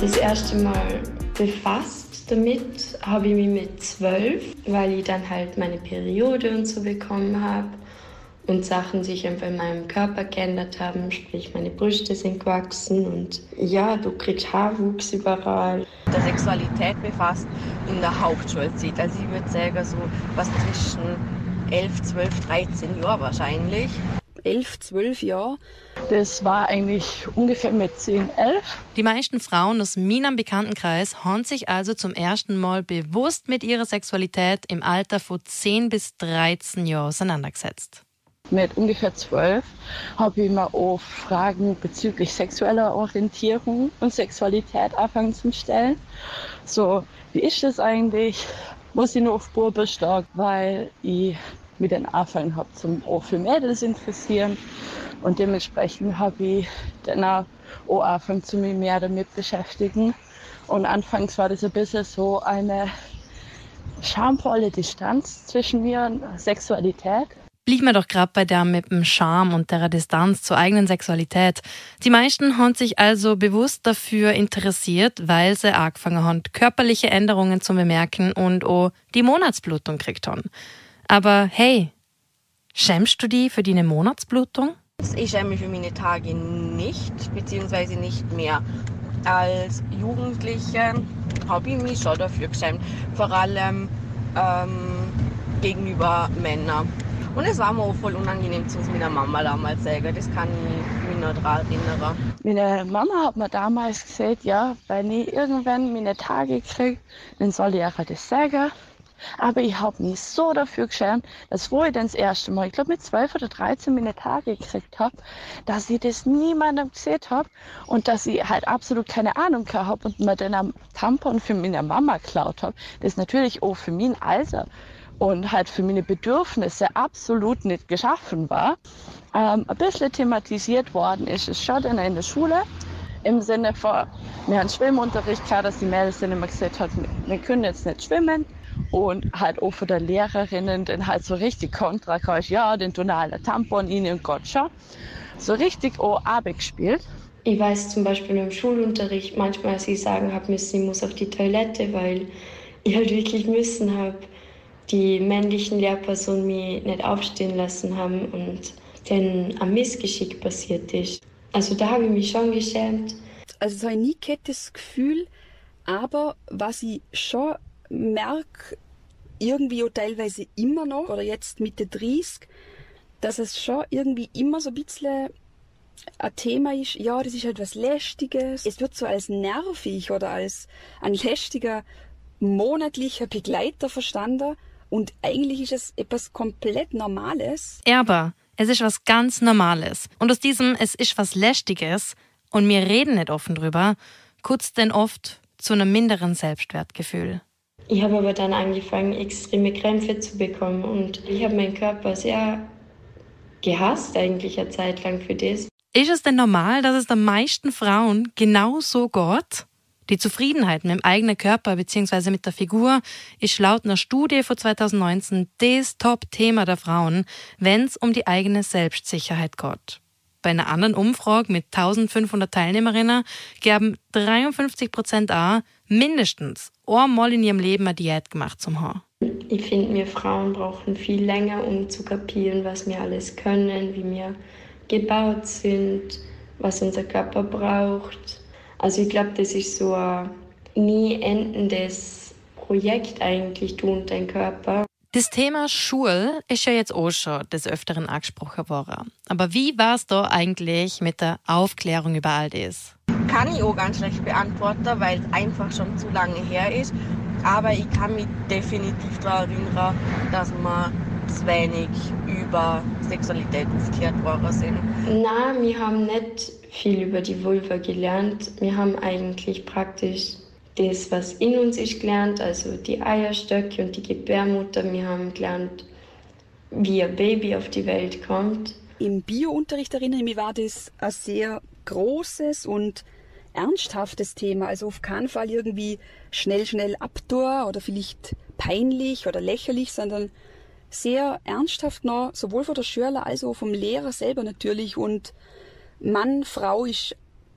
Das erste Mal befasst damit habe ich mich mit 12, weil ich dann halt meine Periode und so bekommen habe und Sachen sich einfach in meinem Körper geändert haben, sprich meine Brüste sind gewachsen und ja, du kriegst Haarwuchs überall. Der Sexualität befasst in der Hauptschulzeit. Also ich würde sagen, so was zwischen 11, 12, 13 Jahren wahrscheinlich. 11, 12 Jahre. Das war eigentlich ungefähr mit 10, 11. Die meisten Frauen aus meinem Bekanntenkreis haben sich also zum ersten Mal bewusst mit ihrer Sexualität im Alter von 10 bis 13 Jahren auseinandergesetzt. Mit ungefähr 12 habe ich mir auch Fragen bezüglich sexueller Orientierung und Sexualität angefangen zu stellen. So, wie ist das eigentlich? Muss ich nur auf Buben stark, weil ich mit den angefangen habe, zum auch für Mädels interessieren. Und dementsprechend habe ich dann auch angefangen, zu mich mehr damit beschäftigen. Und anfangs war das ein bisschen so eine schamvolle Distanz zwischen mir und Sexualität. Bleiben wir doch gerade bei der mit dem Charme und der Distanz zur eigenen Sexualität. Die meisten haben sich also bewusst dafür interessiert, weil sie angefangen haben, körperliche Änderungen zu bemerken und auch die Monatsblutung gekriegt haben. Aber hey, schämst du dich für deine Monatsblutung? Ich schäme mich für meine Tage nicht, beziehungsweise nicht mehr. Als Jugendliche habe ich mich schon dafür geschämt, vor allem gegenüber Männern. Und es war mir auch voll unangenehm zu meiner Mama damals sagen, das kann ich mich noch daran erinnern. Meine Mama hat mir damals gesagt, ja, wenn ich irgendwann meine Tage kriege, dann soll ich ihr das sagen. Aber ich habe mich so dafür geschämt, dass wo ich dann das erste Mal, ich glaube mit 12 oder 13 meine Tage gekriegt habe, dass ich das niemandem gesehen habe und dass ich halt absolut keine Ahnung gehabt habe und mir dann am Tampon für meine Mama geklaut habe, das natürlich auch für mein Alter und halt für meine Bedürfnisse absolut nicht geschaffen war. Ein bisschen thematisiert worden ist es schon dann in der Schule, im Sinne von, wir haben Schwimmunterricht gehabt, dass die Mädels dann immer gesagt haben, wir können jetzt nicht schwimmen. Und halt auch von der Lehrerinnen dann halt so richtig kontra, ja, den tonalen Tampon in und Gott schon. So richtig auch abgespielt. Ich weiß zum Beispiel im Schulunterricht manchmal, dass ich sagen habe müssen, ich muss auf die Toilette, weil ich halt wirklich müssen habe, die männlichen Lehrpersonen mich nicht aufstehen lassen haben und dann ein Missgeschick passiert ist. Also da habe ich mich schon geschämt. Also das habe ich nie gehabt, das Gefühl, aber was ich schon merke, irgendwie auch teilweise immer noch, oder jetzt Mitte 30, dass es schon irgendwie immer so ein bisschen ein Thema ist, ja, das ist halt was Lästiges. Es wird so als nervig oder als ein lästiger monatlicher Begleiter verstanden und eigentlich ist es etwas komplett Normales. Aber es ist was ganz Normales. Und aus diesem es ist was Lästiges und wir reden nicht offen drüber, kutzt denn oft zu einem minderen Selbstwertgefühl. Ich habe aber dann angefangen, extreme Krämpfe zu bekommen und ich habe meinen Körper sehr gehasst eigentlich eine Zeit lang für das. Ist es denn normal, dass es den meisten Frauen genau so geht? Die Zufriedenheit mit dem eigenen Körper bzw. mit der Figur ist laut einer Studie von 2019 das Top-Thema der Frauen, wenn es um die eigene Selbstsicherheit geht. Bei einer anderen Umfrage mit 1500 Teilnehmerinnen gaben 53% an, mindestens einmal in ihrem Leben eine Diät gemacht zu haben. Ich finde, wir Frauen brauchen viel länger, um zu kapieren, was wir alles können, wie wir gebaut sind, was unser Körper braucht. Also ich glaube, das ist so ein nie endendes Projekt eigentlich, du und dein Körper. Das Thema Schule ist ja jetzt auch schon des Öfteren angesprochen worden. Aber wie war es da eigentlich mit der Aufklärung über all das? Kann ich auch ganz schlecht beantworten, weil es einfach schon zu lange her ist. Aber ich kann mich definitiv daran erinnern, dass wir zu wenig über Sexualität aufgeklärt worden sind. Nein, wir haben nicht viel über die Vulva gelernt. Wir haben eigentlich praktisch das, was in uns ist, gelernt, also die Eierstöcke und die Gebärmutter. Wir haben gelernt, wie ein Baby auf die Welt kommt. Im Biounterricht, erinnere ich mich, war das ein sehr großes und ernsthaftes Thema. Also auf keinen Fall irgendwie schnell abtun oder vielleicht peinlich oder lächerlich, sondern sehr ernsthaft noch, sowohl von der Schüler als auch vom Lehrer selber natürlich. Und Mann, Frau ist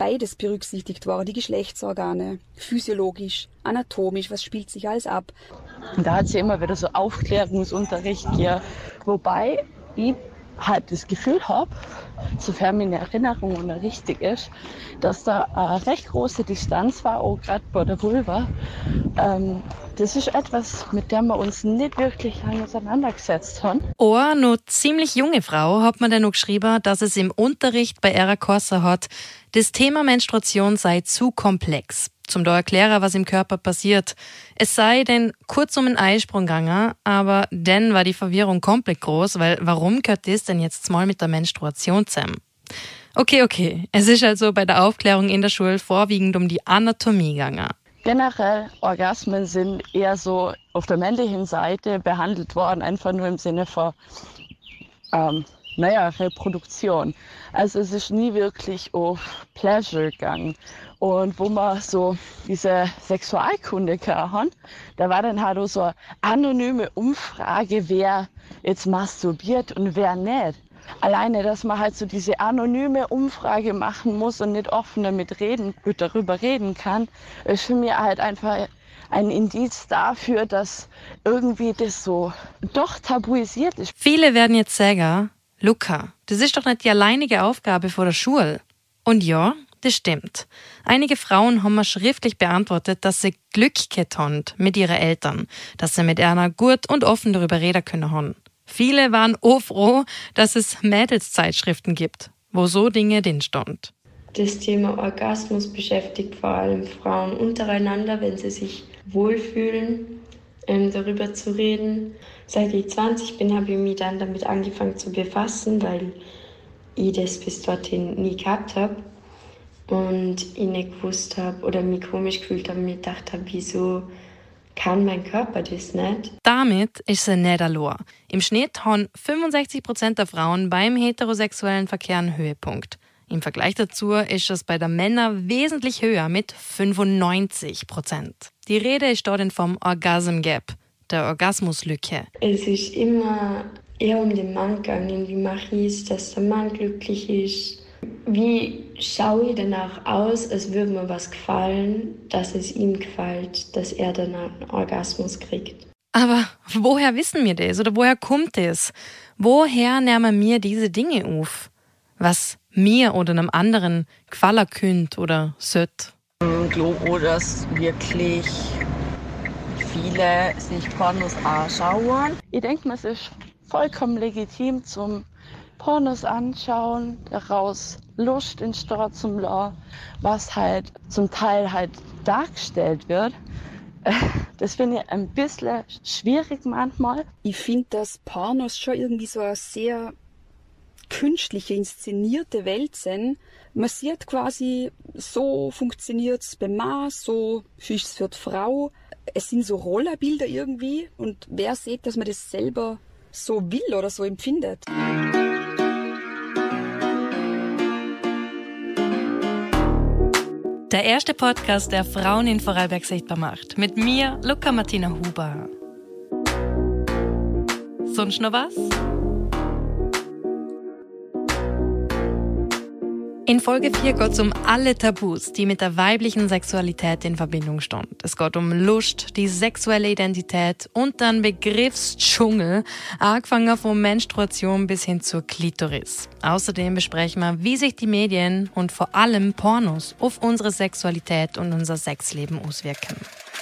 beides berücksichtigt worden, die Geschlechtsorgane, physiologisch, anatomisch, was spielt sich alles ab. Und da hat sie immer wieder so Aufklärungsunterricht gegeben, wobei ich halt das Gefühl habe, sofern meine Erinnerung noch richtig ist, dass da eine recht große Distanz war, auch gerade bei der Vulva. Das ist etwas, mit dem wir uns nicht wirklich lange auseinandergesetzt haben. Eine noch ziemlich junge Frau hat mir dann noch geschrieben, dass es im Unterricht bei ihrer Kurse hat, das Thema Menstruation sei zu komplex, zum da erklären, was im Körper passiert. Es sei denn kurz um einen Eisprung gegangen, aber dann war die Verwirrung komplett groß, weil warum gehört das denn jetzt mal mit der Menstruation zusammen? Okay, es ist also bei der Aufklärung in der Schule vorwiegend um die Anatomie gegangen. Generell, Orgasmen sind eher so auf der männlichen Seite behandelt worden, einfach nur im Sinne von Reproduktion. Also es ist nie wirklich auf Pleasure gegangen. Und wo wir so diese Sexualkunde haben, da war dann halt auch so eine anonyme Umfrage, wer jetzt masturbiert und wer nicht. Alleine, dass man halt so diese anonyme Umfrage machen muss und nicht offen darüber reden kann, ist für mich halt einfach ein Indiz dafür, dass irgendwie das so doch tabuisiert ist. Viele werden jetzt sagen, Luca, das ist doch nicht die alleinige Aufgabe vor der Schule. Und ja, das stimmt. Einige Frauen haben mir schriftlich beantwortet, dass sie Glück gehabt haben mit ihren Eltern, dass sie mit einer gut und offen darüber reden können haben. Viele waren auch froh, dass es Mädelszeitschriften gibt, wo so Dinge drin stand. Das Thema Orgasmus beschäftigt vor allem Frauen untereinander, wenn sie sich wohlfühlen, darüber zu reden. Seit ich 20 bin, habe ich mich dann damit angefangen zu befassen, weil ich das bis dorthin nie gehabt habe. Und ich nicht gewusst habe oder mich komisch gefühlt habe und mir gedacht habe, wieso kann mein Körper das nicht? Damit ist sie nicht allein. Im Schnitt haben 65% der Frauen beim heterosexuellen Verkehr einen Höhepunkt. Im Vergleich dazu ist es bei den Männern wesentlich höher mit 95%. Die Rede ist dort vom Orgasm Gap, der Orgasmuslücke. Es ist immer eher um den Mann gegangen. Wie mache ich es, dass der Mann glücklich ist? Wie schaue ich danach aus, als würde mir was gefallen, dass es ihm gefällt, dass er dann einen Orgasmus kriegt? Aber woher wissen wir das oder woher kommt das? Woher nehmen wir diese Dinge auf? Was mir oder einem anderen gefallen könnte oder sollte? Ich glaube auch, dass wirklich viele sich Pornos anschauen. Ich denke, es ist vollkommen legitim zum Pornos anschauen, daraus Lust entsteht zum Law, was halt zum Teil halt dargestellt wird. Das finde ich ein bisschen schwierig manchmal. Ich finde, dass Pornos schon irgendwie so eine sehr künstliche, inszenierte Welt sind. Man sieht quasi, so funktioniert es beim Mann, so ist es für die Frau. Es sind so Rollerbilder irgendwie und wer sieht, dass man das selber so will oder so empfindet. Der erste Podcast, der Frauen in Vorarlberg sichtbar macht. Mit mir, Luca Martina Huber. Sonst noch was? In Folge 4 geht es um alle Tabus, die mit der weiblichen Sexualität in Verbindung stehen. Es geht um Lust, die sexuelle Identität und den Begriffsdschungel, angefangen von Menstruation bis hin zur Klitoris. Außerdem besprechen wir, wie sich die Medien und vor allem Pornos auf unsere Sexualität und unser Sexleben auswirken.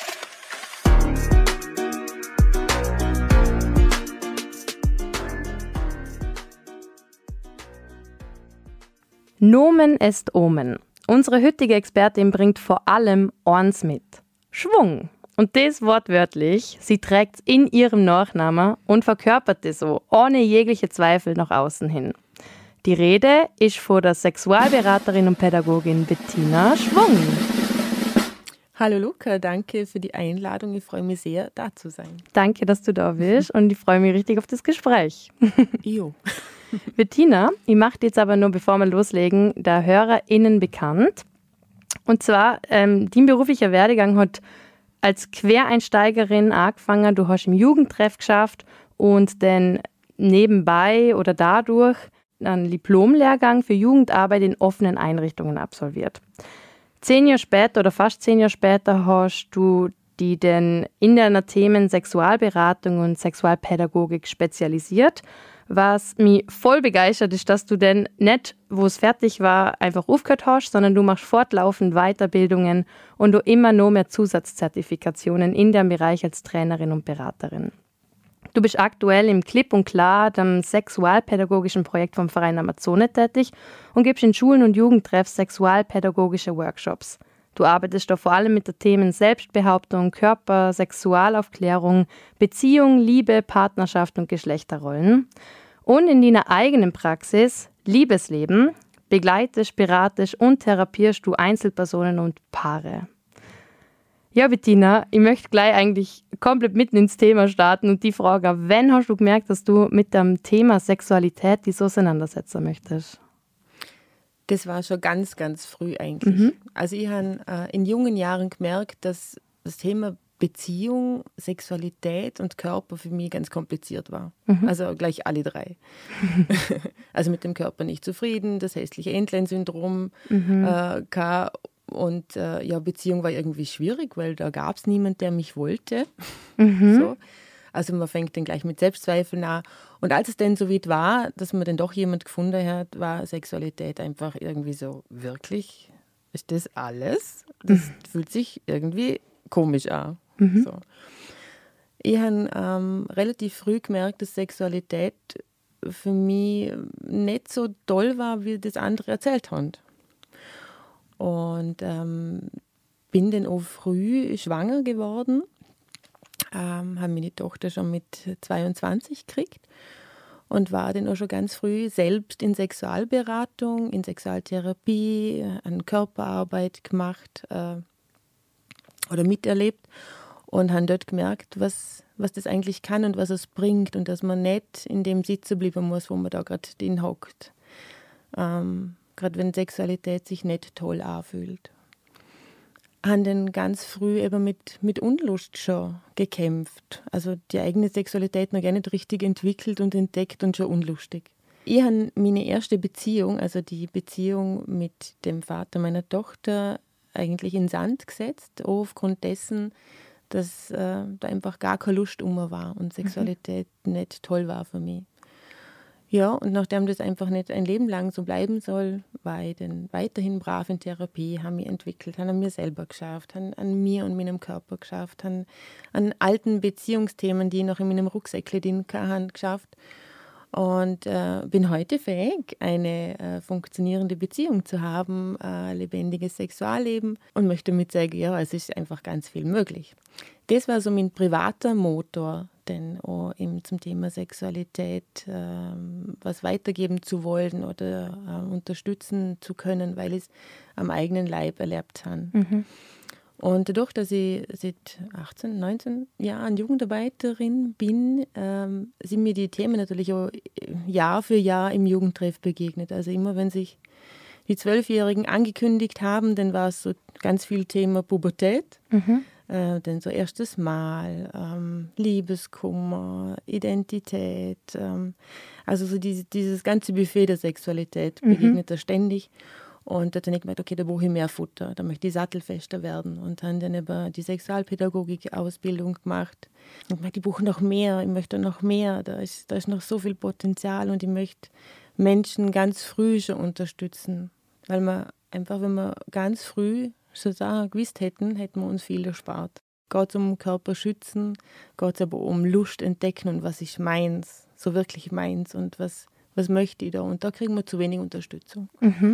Nomen est Omen. Unsere heutige Expertin bringt vor allem eins mit: Schwung. Und das wortwörtlich. Sie trägt es in ihrem Nachnamen und verkörpert es so, ohne jegliche Zweifel nach außen hin. Die Rede ist von der Sexualberaterin und Pädagogin Bettina Schwung. Hallo Luca, danke für die Einladung. Ich freue mich sehr, da zu sein. Danke, dass du da bist und ich freue mich richtig auf das Gespräch. Jo. Bettina, ich mache jetzt aber nur, bevor wir loslegen, der HörerInnen bekannt. Und zwar, dein beruflicher Werdegang hat als Quereinsteigerin angefangen. Du hast im Jugendtreff geschafft und dann nebenbei oder dadurch einen Diplomlehrgang für Jugendarbeit in offenen Einrichtungen absolviert. 10 Jahre später oder fast 10 Jahre später hast du die denn in den Themen Sexualberatung und Sexualpädagogik spezialisiert. Was mich voll begeistert ist, dass du denn nicht, wo es fertig war, einfach aufgehört hast, sondern du machst fortlaufend Weiterbildungen und du immer noch mehr Zusatzzertifikationen in dem Bereich als Trainerin und Beraterin. Du bist aktuell im Klipp und Klar, dem sexualpädagogischen Projekt vom Verein Amazone tätig und gibst in Schulen und Jugendtreffs sexualpädagogische Workshops. Du arbeitest da vor allem mit den Themen Selbstbehauptung, Körper, Sexualaufklärung, Beziehung, Liebe, Partnerschaft und Geschlechterrollen. Und in deiner eigenen Praxis, Liebesleben, begleitest, beratest und therapierst du Einzelpersonen und Paare. Ja, Bettina, ich möchte gleich eigentlich komplett mitten ins Thema starten und die Frage, wann hast du gemerkt, dass du mit dem Thema Sexualität dich so auseinandersetzen möchtest? Das war schon ganz, ganz früh eigentlich. Also ich habe in jungen Jahren gemerkt, dass das Thema Beziehung, Sexualität und Körper für mich ganz kompliziert war. Also gleich alle drei. Also mit dem Körper nicht zufrieden, das hässliche Entlein-Syndrom, und Beziehung war irgendwie schwierig, weil da gab es niemanden, der mich wollte. So. Also man fängt dann gleich mit Selbstzweifeln an. Und als es dann so weit war, dass man dann doch jemand gefunden hat, war Sexualität einfach irgendwie so, wirklich, ist das alles? Das fühlt sich irgendwie komisch an. So. Ich habe relativ früh gemerkt, dass Sexualität für mich nicht so toll war, wie das andere erzählt haben. Und bin dann auch früh schwanger geworden. Habe meine Tochter schon mit 22 gekriegt und war dann auch schon ganz früh selbst in Sexualberatung, in Sexualtherapie, an Körperarbeit gemacht oder miterlebt und habe dort gemerkt, was das eigentlich kann und was es bringt und dass man nicht in dem sitzen bleiben muss, wo man da gerade drin hockt. Gerade wenn Sexualität sich nicht toll anfühlt. Haben dann ganz früh eben mit Unlust schon gekämpft. Also die eigene Sexualität noch gar nicht richtig entwickelt und entdeckt und schon unlustig. Ich habe meine erste Beziehung, also die Beziehung mit dem Vater meiner Tochter, eigentlich in den Sand gesetzt, auch aufgrund dessen, dass da einfach gar keine Lust war und Sexualität nicht toll war für mich. Ja, und nachdem das einfach nicht ein Leben lang so bleiben soll, war ich dann weiterhin brav in Therapie, habe mich entwickelt, habe an mir selber geschafft, habe an mir und meinem Körper geschafft, habe an alten Beziehungsthemen, die ich noch in meinem Rucksäckchen drin hatte, geschafft. Und bin heute fähig, eine funktionierende Beziehung zu haben, ein lebendiges Sexualleben und möchte damit sagen, ja, es ist einfach ganz viel möglich. Das war so mein privater Motor, denn auch eben zum Thema Sexualität was weitergeben zu wollen oder unterstützen zu können, weil ich es am eigenen Leib erlebt habe. Und dadurch, dass ich seit 18, 19 Jahren Jugendarbeiterin bin, sind mir die Themen natürlich auch Jahr für Jahr im Jugendtreff begegnet. Also immer, wenn sich die 12-Jährigen angekündigt haben, dann war es so ganz viel Thema Pubertät. Dann so erstes Mal, Liebeskummer, Identität. Also so dieses ganze Buffet der Sexualität begegnet da ständig. Und da habe ich gemerkt, okay, da brauche ich mehr Futter, da möchte ich sattelfester werden. Und habe dann eben die Sexualpädagogik-Ausbildung gemacht. Und ich merkte, ich brauche noch mehr, ich möchte noch mehr, da ist noch so viel Potenzial und ich möchte Menschen ganz früh schon unterstützen. Weil man einfach, wenn wir ganz früh schon Sachen gewusst hätten, hätten wir uns viel erspart. Geht es um Körper schützen, geht es aber um Lust entdecken und was ist meins, so wirklich meins und was möchte ich da. Und da kriegen wir zu wenig Unterstützung.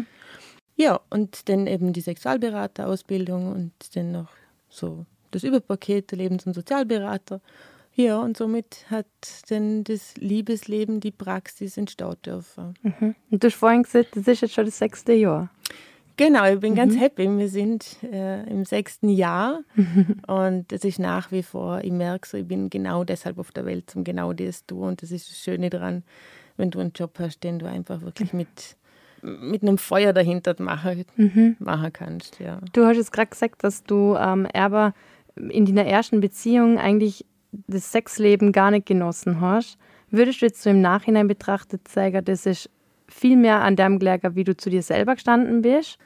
Ja, und dann eben die Sexualberaterausbildung und dann noch so das Überpaket der Lebens- und Sozialberater. Ja, und somit hat dann das Liebesleben, die Praxis entstehen dürfen. Und du hast vorhin gesagt, das ist jetzt schon das 6. Jahr. Genau, ich bin ganz happy. Wir sind im 6. Jahr und es ist nach wie vor, ich merke so, ich bin genau deshalb auf der Welt, um genau das zu tun. Und das ist das Schöne daran, wenn du einen Job hast, den du einfach wirklich mit einem Feuer dahinter machen kannst. Ja. Du hast jetzt gerade gesagt, dass du aber in deiner ersten Beziehung eigentlich das Sexleben gar nicht genossen hast. Würdest du jetzt so im Nachhinein betrachtet sagen, das ist viel mehr an dem gelegen, wie du zu dir selber gestanden bist?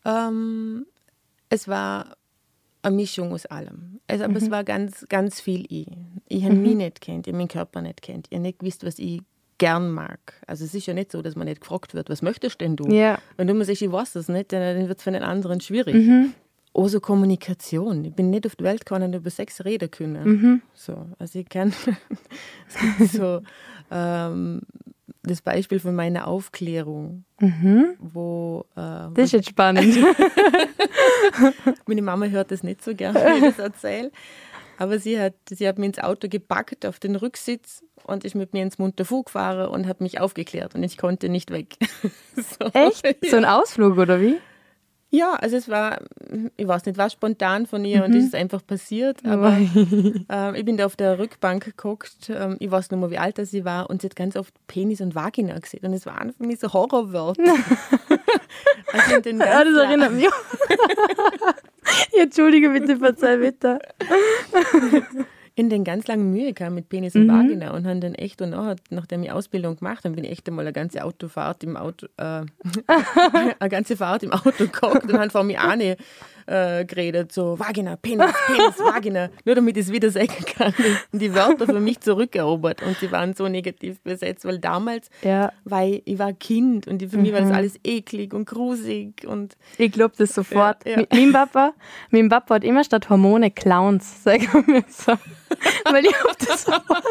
Es war eine Mischung aus allem. Also, aber es war ganz, ganz viel ich. Ich habe mich nicht kennt, ich habe meinen Körper nicht kennt. Ich habe nicht gewusst, was ich gern mag. Also es ist ja nicht so, dass man nicht gefragt wird, was möchtest denn du? Ja. Wenn du mir sagst, ich weiß das nicht, dann wird es für den anderen schwierig. Also Kommunikation. Ich bin nicht auf die Welt gekommen und über Sex reden können. So, also ich kann es gibt so das Beispiel von meiner Aufklärung, wo Das ist jetzt spannend. meine Mama hört das nicht so gerne, wenn ich das erzähle. Aber sie hat mich ins Auto gepackt auf den Rücksitz und ist mit mir ins Montafu gefahren und hat mich aufgeklärt und ich konnte nicht weg. So. Echt? So ein Ausflug oder wie? Ja, also es war, ich weiß nicht, war spontan von ihr und es ist einfach passiert. Aber ich bin da auf der Rückbank geguckt, ich weiß nicht mehr, wie alt sie war und sie hat ganz oft Penis und Vagina gesehen und es waren für mich so Horrorwörter. Also das erinnert mich. Entschuldige bitte, verzeih bitte. In den ganz langen Mühe kam mit Penis und Vagina und haben dann echt, und nachdem ich Ausbildung gemacht habe, bin ich echt einmal eine ganze Fahrt im Auto geguckt und haben vor mir eine geredet, so Vagina, Penis, Vagina, nur damit ich es wieder sagen kann. Und die Wörter für mich zurückerobert und sie waren so negativ besetzt, weil damals, weil ich war Kind und für mich war das alles eklig und grusig. Und ich glaube das sofort. Ja. Mein Papa hat immer statt Hormone Clowns, sagen wir so. Weil ich habe das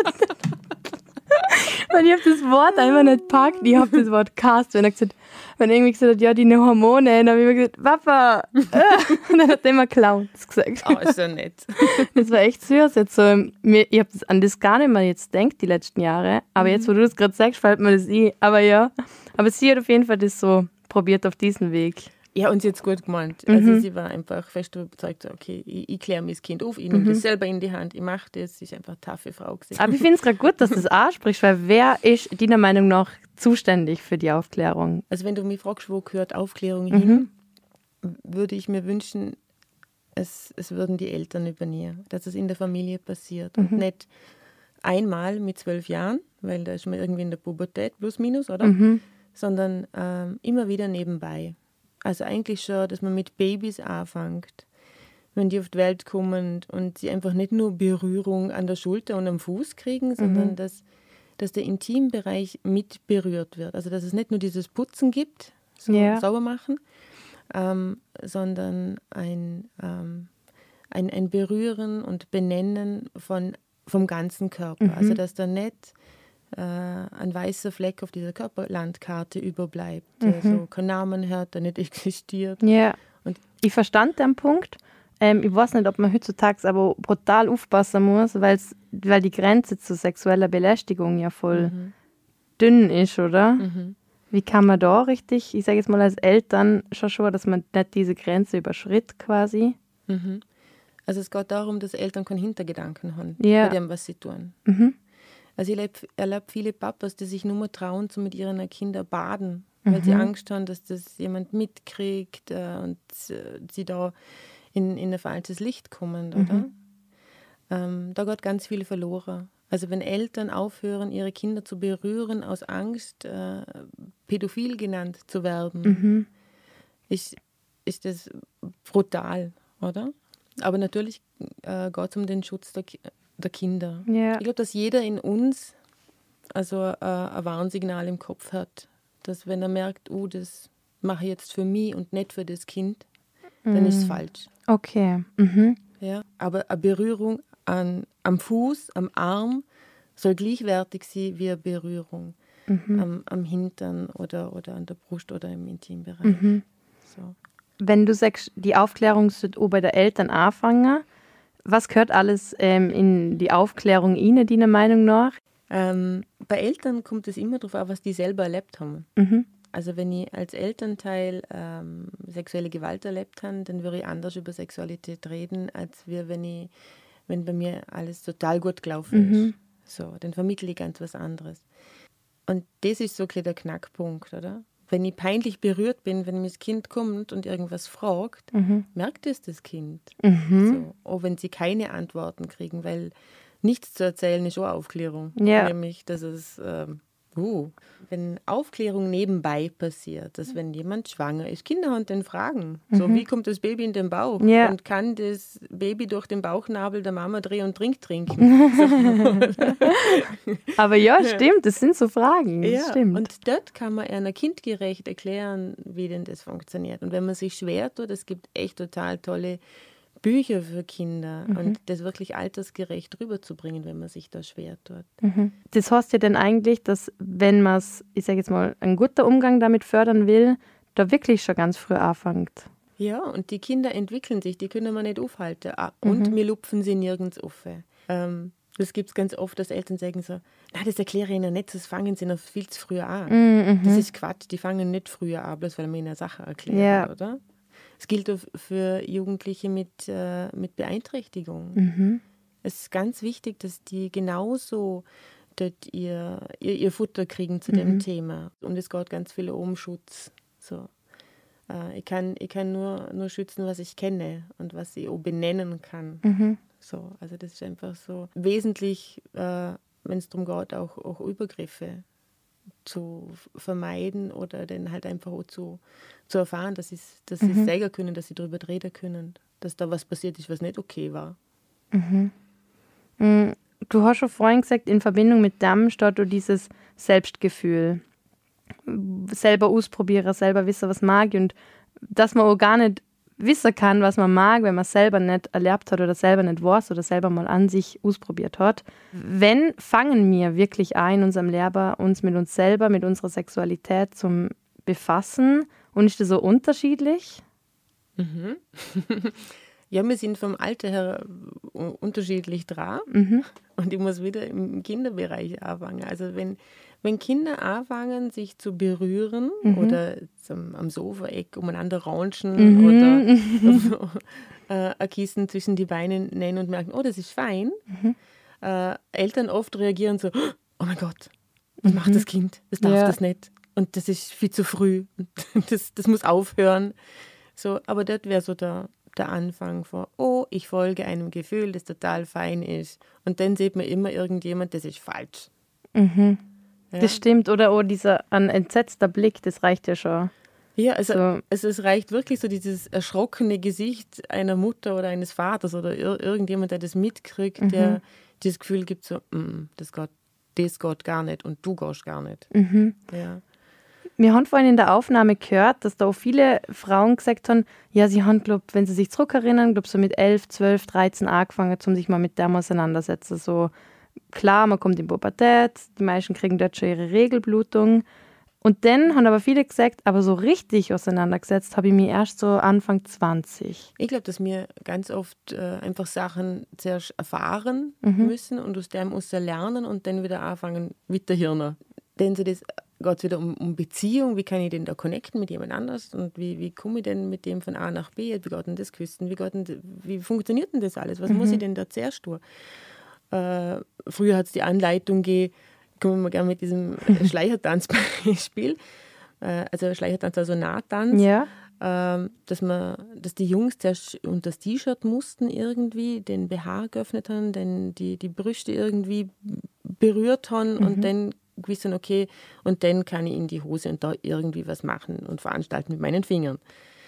Wort einfach nicht gepackt. Ich habe das Wort gehasst. Wenn irgendwie gesagt hat, ja, die Hormone, dann habe ich mir gesagt, Papa. Und dann hat er immer Clowns gesagt. Oh, ist ja nett. Das war echt süß. Jetzt so, ich habe an das gar nicht mehr jetzt gedacht, die letzten Jahre. Aber jetzt, wo du das gerade sagst, fällt mir das ein. Aber ja, aber sie hat auf jeden Fall das so probiert auf diesen Weg. Ja, und sie hat es gut gemeint. Also sie war einfach fest überzeugt, so, okay, ich kläre mein Kind auf, ich nehme das selber in die Hand, ich mache das. Sie ist einfach eine taffe Frau gewesen. Aber ich finde es gerade gut, dass du das ansprichst, weil wer ist deiner Meinung nach zuständig für die Aufklärung? Also wenn du mich fragst, wo gehört Aufklärung hin, würde ich mir wünschen, es würden die Eltern übernehmen, dass es in der Familie passiert und nicht einmal mit 12 Jahren, weil da ist man irgendwie in der Pubertät, plus minus, oder? Sondern immer wieder nebenbei. Also eigentlich schon, dass man mit Babys anfängt, wenn die auf die Welt kommen und sie einfach nicht nur Berührung an der Schulter und am Fuß kriegen, sondern dass der Intimbereich mit berührt wird. Also dass es nicht nur dieses Putzen gibt, sauber machen, sondern ein Berühren und Benennen vom ganzen Körper. Also dass da nicht ein weißer Fleck auf dieser Körperlandkarte überbleibt. Also kein Namen hat, der nicht existiert. Ja, und ich verstand den Punkt. Ich weiß nicht, ob man heutzutage aber brutal aufpassen muss, weil die Grenze zur sexueller Belästigung ja voll dünn ist, oder? Wie kann man da richtig, ich sage jetzt mal als Eltern, schon, dass man nicht diese Grenze überschritt quasi? Also es geht darum, dass Eltern keinen Hintergedanken haben bei dem, was sie tun. Also ich erlebe viele Papas, die sich nur mehr trauen, so mit ihren Kindern baden, weil sie Angst haben, dass das jemand mitkriegt und sie da in ein falsches Licht kommen, oder? Da geht ganz viel verloren. Also wenn Eltern aufhören, ihre Kinder zu berühren aus Angst, pädophil genannt zu werden, ist das brutal, oder? Aber natürlich geht es um den Schutz der Kinder. Ja. Ich glaube, dass jeder in uns also ein Warnsignal im Kopf hat, dass wenn er merkt, das mache ich jetzt für mich und nicht für das Kind, dann ist es falsch. Okay. Ja, aber eine Berührung am Fuß, am Arm soll gleichwertig sein wie eine Berührung am Hintern oder an der Brust oder im Intimbereich. So. Wenn du sagst, die Aufklärung sollte auch bei den Eltern anfangen, was gehört alles in die Aufklärung Ihnen, deiner Meinung nach? Bei Eltern kommt es immer darauf an, was die selber erlebt haben. Also wenn ich als Elternteil sexuelle Gewalt erlebt habe, dann würde ich anders über Sexualität reden, als wenn bei mir alles total gut gelaufen ist. So, dann vermittle ich ganz was anderes. Und das ist so ein bisschen der Knackpunkt, oder? Wenn ich peinlich berührt bin, wenn mir das Kind kommt und irgendwas fragt, merkt es das Kind. So, auch wenn sie keine Antworten kriegen, weil nichts zu erzählen ist auch Aufklärung. Ja. Nämlich, dass es Wenn Aufklärung nebenbei passiert, dass wenn jemand schwanger ist, Kinder haben den Fragen. So, wie kommt das Baby in den Bauch? Ja. Und kann das Baby durch den Bauchnabel der Mama Dreh- und Trink trinken? So. Aber ja, stimmt, das sind so Fragen. Das Ja, stimmt. und dort kann man einer kindgerecht erklären, wie denn das funktioniert. Und wenn man sich schwer tut, es gibt echt total tolle Bücher für Kinder und das wirklich altersgerecht rüberzubringen, wenn man sich da schwer tut. Das heißt ja dann eigentlich, dass wenn man es, ich sage jetzt mal, einen guten Umgang damit fördern will, da wirklich schon ganz früh anfängt. Ja, und die Kinder entwickeln sich, die können wir nicht aufhalten. Und wir lupfen sie nirgends auf. Das gibt es ganz oft, dass Eltern sagen so, na, das erkläre ich ihnen nicht, das fangen sie noch viel zu früh an. Das ist Quatsch, die fangen nicht früher an, bloß weil man ihnen eine Sache erklärt, oder? Es gilt auch für Jugendliche mit Beeinträchtigung. Es ist ganz wichtig, dass die genauso dort ihr Futter kriegen zu dem Thema. Und es geht ganz viel um Schutz. So. Ich kann nur schützen, was ich kenne und was ich auch benennen kann. So, also das ist einfach so wesentlich, wenn es darum geht, auch Übergriffe zu vermeiden oder dann halt einfach auch zu erfahren, dass sie sagen können, dass sie darüber reden können, dass da was passiert ist, was nicht okay war. Du hast schon vorhin gesagt, in Verbindung mit dem steht dieses Selbstgefühl. Selber ausprobieren, selber wissen, was mag ich und dass man auch gar nicht wissen kann, was man mag, wenn man selber nicht erlebt hat oder selber nicht weiß oder selber mal an sich ausprobiert hat. Wenn fangen wir wirklich an in unserem Leben, uns mit uns selber, mit unserer Sexualität zum Befassen und ist das so unterschiedlich? Ja, wir sind vom Alter her unterschiedlich dran und ich muss wieder im Kinderbereich anfangen. Also wenn Kinder anfangen, sich zu berühren oder am Sofa-Eck umeinander raunchen oder ein Kissen zwischen die Beine nehmen und merken, oh, das ist fein. Eltern oft reagieren so, oh mein Gott, was macht das Kind? Das darf das nicht. Und das ist viel zu früh. Das muss aufhören. So, aber dort wäre so der Anfang von, oh, ich folge einem Gefühl, das total fein ist. Und dann sieht man immer irgendjemand, das ist falsch. Ja. Das stimmt. Oder dieser ein entsetzter Blick, das reicht ja schon. Ja, also es reicht wirklich so dieses erschrockene Gesicht einer Mutter oder eines Vaters oder irgendjemand, der das mitkriegt, der das Gefühl gibt, so, das geht gar nicht und du gehst gar nicht. Ja. Wir haben vorhin in der Aufnahme gehört, dass da auch viele Frauen gesagt haben, ja, sie haben, glaub, wenn sie sich zurückerinnern, so mit 11, 12, 13 angefangen, um sich mal mit dem auseinandersetzen. So, klar, man kommt in Pubertät, die meisten kriegen dort schon ihre Regelblutung. Und dann haben aber viele gesagt, aber so richtig auseinandergesetzt habe ich mich erst so Anfang 20. Ich glaube, dass wir ganz oft einfach Sachen zuerst erfahren müssen und aus dem lernen und dann wieder anfangen, weiter hirnen. Denn so das geht es wieder um Beziehung, wie kann ich denn da connecten mit jemand anders und wie komme ich denn mit dem von A nach B, wie geht denn das Küssen, wie funktioniert denn das alles, was muss ich denn da zuerst tun? Früher hat es die Anleitung gegeben, kommen wir gerne mit diesem Schleichertanzbeispiel, also Schleichertanz, also Nahtanz, dass die Jungs zuerst unter das T-Shirt mussten irgendwie, den BH geöffnet haben, dann die Brüste irgendwie berührt haben und dann wissen, okay, und dann kann ich in die Hose und da irgendwie was machen und veranstalten mit meinen Fingern.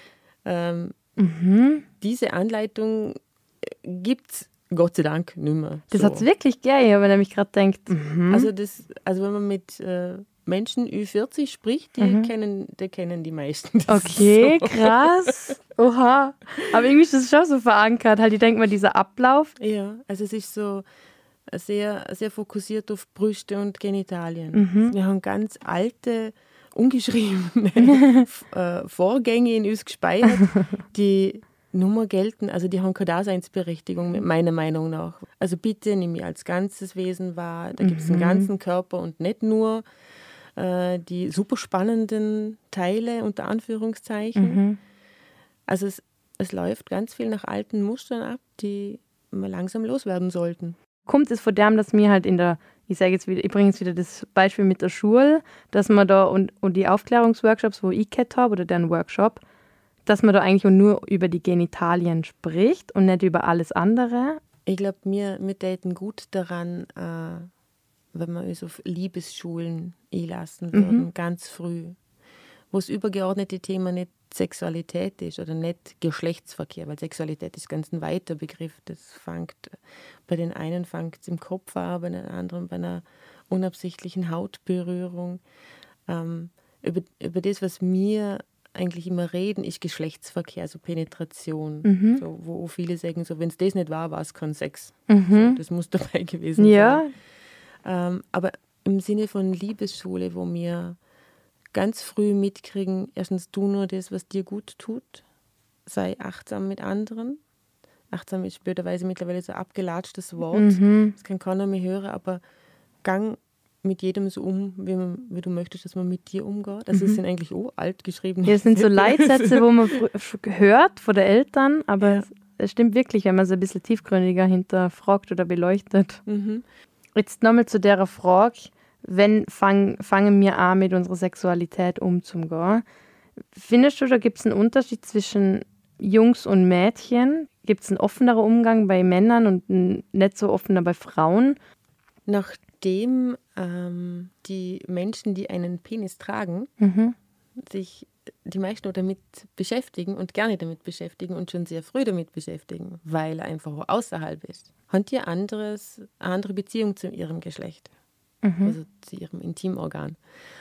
Diese Anleitung gibt es Gott sei Dank nicht mehr. Das hat es wirklich gegeben, aber nämlich gerade denkt. Also wenn man mit Menschen Ü40 spricht, die kennen die meisten. Okay, so. Krass. Oha. Aber irgendwie ist das schon so verankert. Halt, ich denke mal, dieser Ablauf. Ja, also es ist so sehr, sehr fokussiert auf Brüste und Genitalien. Wir haben ganz alte, ungeschriebene Vorgänge in uns gespeichert, die Nummer gelten, also die haben keine Daseinsberechtigung, meiner Meinung nach. Also bitte nimm mich als ganzes Wesen wahr, da gibt es einen ganzen Körper und nicht nur die super spannenden Teile, unter Anführungszeichen. Also es läuft ganz viel nach alten Mustern ab, die wir langsam loswerden sollten. Kommt es von dem, dass mir halt ich bringe jetzt wieder das Beispiel mit der Schule, dass man da und die Aufklärungsworkshops, wo ich gehabt habe, oder deren Workshop, dass man da eigentlich nur über die Genitalien spricht und nicht über alles andere? Ich glaube, wir täten gut daran, wenn wir uns auf Liebesschulen einlassen würden, ganz früh, wo das übergeordnete Thema nicht Sexualität ist oder nicht Geschlechtsverkehr, weil Sexualität ist ganz ein weiter Begriff. Das fängt, bei den einen fängt es im Kopf an, bei den anderen bei einer unabsichtlichen Hautberührung. Über das, was wir eigentlich immer reden, ist Geschlechtsverkehr, also Penetration. So, wo viele sagen, so, wenn es das nicht war es kein Sex. So, das muss dabei gewesen sein. Aber im Sinne von Liebesschule, wo wir ganz früh mitkriegen, erstens, tu nur das, was dir gut tut, sei achtsam mit anderen. Achtsam ist blöderweise mittlerweile so ein abgelatschtes Wort, das kann keiner mehr hören, aber gang mit jedem so um, wie du möchtest, dass man mit dir umgeht. Das sind eigentlich alt geschriebene Das sind so Leitsätze, wo man hört von den Eltern, aber es stimmt wirklich, wenn man es ein bisschen tiefgründiger hinterfragt oder beleuchtet. Jetzt nochmal zu der Frage, wenn fangen wir an, mit unserer Sexualität umzugehen. Findest du, da gibt es einen Unterschied zwischen Jungs und Mädchen? Gibt es einen offeneren Umgang bei Männern und einen nicht so offener bei Frauen? Nachdem die Menschen, die einen Penis tragen, sich die meisten damit beschäftigen und gerne damit beschäftigen und schon sehr früh damit beschäftigen, weil er einfach außerhalb ist, haben die eine andere Beziehung zu ihrem Geschlecht. Also zu ihrem Intimorgan.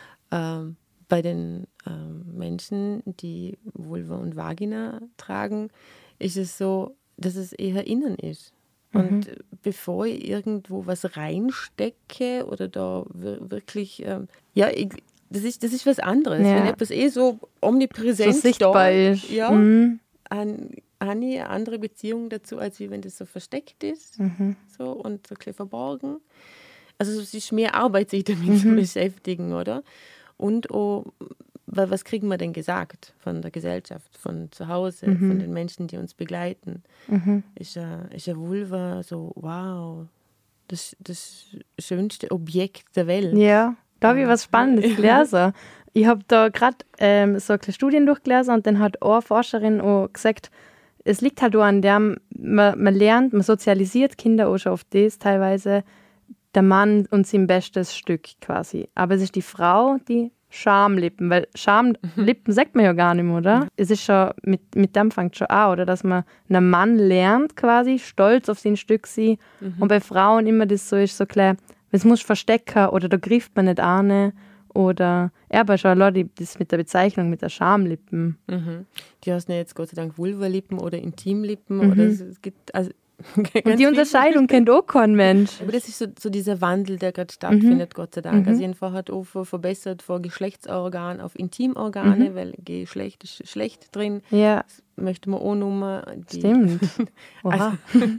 Bei den Menschen, die Vulva und Vagina tragen, ist es so, dass es eher innen ist. Und bevor ich irgendwo was reinstecke oder da wirklich, das ist was anderes. Wenn etwas so omnipräsent so sichtbar ist. Habe ich eine andere Beziehung dazu, als wenn das so versteckt ist so, und so ein bisschen verborgen. Also es ist mehr Arbeit, sich damit zu beschäftigen, oder? Und auch, was kriegen wir denn gesagt von der Gesellschaft, von zu Hause, von den Menschen, die uns begleiten? Ist ja Vulva so, wow, das schönste Objekt der Welt. Ja, da habe ich was Spannendes gelesen. Ich habe da gerade so eine Studien durchgelesen und dann hat eine Forscherin auch gesagt, es liegt halt auch an der, man lernt, man sozialisiert Kinder auch schon auf das teilweise, der Mann und sein bestes Stück quasi. Aber es ist die Frau, die Schamlippen, weil Schamlippen sagt man ja gar nicht mehr, oder? Es ist schon, mit dem fängt schon an, oder? Dass man einen Mann lernt quasi, stolz auf sein Stück sein. Und bei Frauen immer das so ist, so klar, das muss verstecken oder da grifft man nicht an. Oder, aber schon Leute, das mit der Bezeichnung, mit der Schamlippen. Die heißen ja jetzt Gott sei Dank Vulvalippen oder Intimlippen. Oder es gibt, also und die Unterscheidung kennt auch kein Mensch. Aber das ist so dieser Wandel, der gerade stattfindet, Gott sei Dank. Also jedenfalls hat auch verbessert von Geschlechtsorgan auf Intimorgane, weil Geschlecht ist schlecht drin. Ja. Das möchte man auch nochmal. Stimmt. Oha.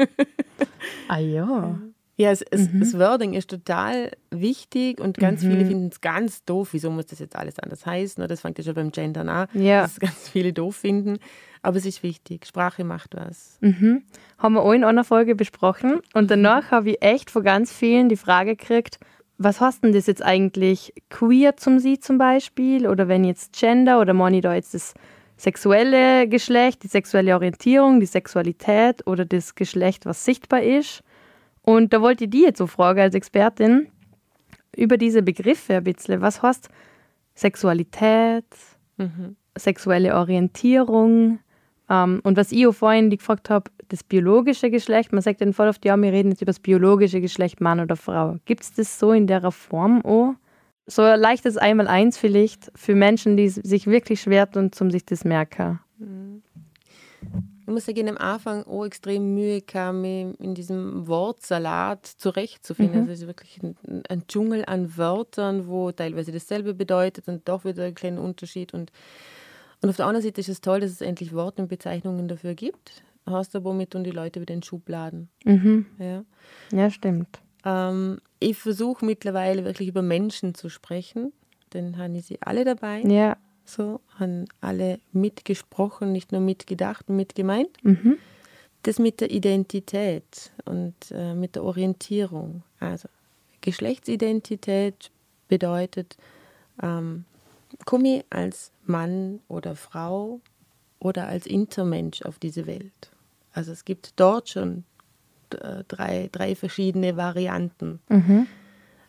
Ja. Ja, das Wording ist total wichtig und ganz viele finden es ganz doof. Wieso muss das jetzt alles anders heißen? Das fängt ja schon beim Gendern an, dass es ganz viele doof finden. Aber es ist wichtig. Sprache macht was. Haben wir auch in einer Folge besprochen. Und danach habe ich echt von ganz vielen die Frage gekriegt, was heißt denn das jetzt eigentlich? Queer zum Sie zum Beispiel? Oder wenn jetzt Gender oder meine ich da jetzt das sexuelle Geschlecht, die sexuelle Orientierung, die Sexualität oder das Geschlecht, was sichtbar ist? Und da wollte ich die jetzt so fragen als Expertin über diese Begriffe ein bisschen. Was heißt Sexualität, sexuelle Orientierung? Und was ich auch vorhin gefragt habe, das biologische Geschlecht, man sagt dann voll oft, ja, wir reden jetzt über das biologische Geschlecht, Mann oder Frau. Gibt es das so in der Form auch? So ein leichtes Einmaleins vielleicht für Menschen, die sich wirklich schwer tun, um sich das merken. Ich muss sagen, am Anfang auch extrem Mühe kam, mich in diesem Wortsalat zurechtzufinden. Also es ist wirklich ein Dschungel an Wörtern, wo teilweise dasselbe bedeutet und doch wieder einen kleinen Unterschied. Und auf der anderen Seite ist es toll, dass es endlich Worte und Bezeichnungen dafür gibt. Hast du womit und die Leute wieder in Schubladen. Ja, stimmt. Ich versuche mittlerweile wirklich über Menschen zu sprechen. Dann haben ich sie alle dabei. Ja. So, haben alle mitgesprochen, nicht nur mitgedacht und mitgemeint. Das mit der Identität und mit der Orientierung. Also Geschlechtsidentität bedeutet, komme ich als Mann oder Frau oder als Intermensch auf diese Welt. Also es gibt dort schon drei verschiedene Varianten.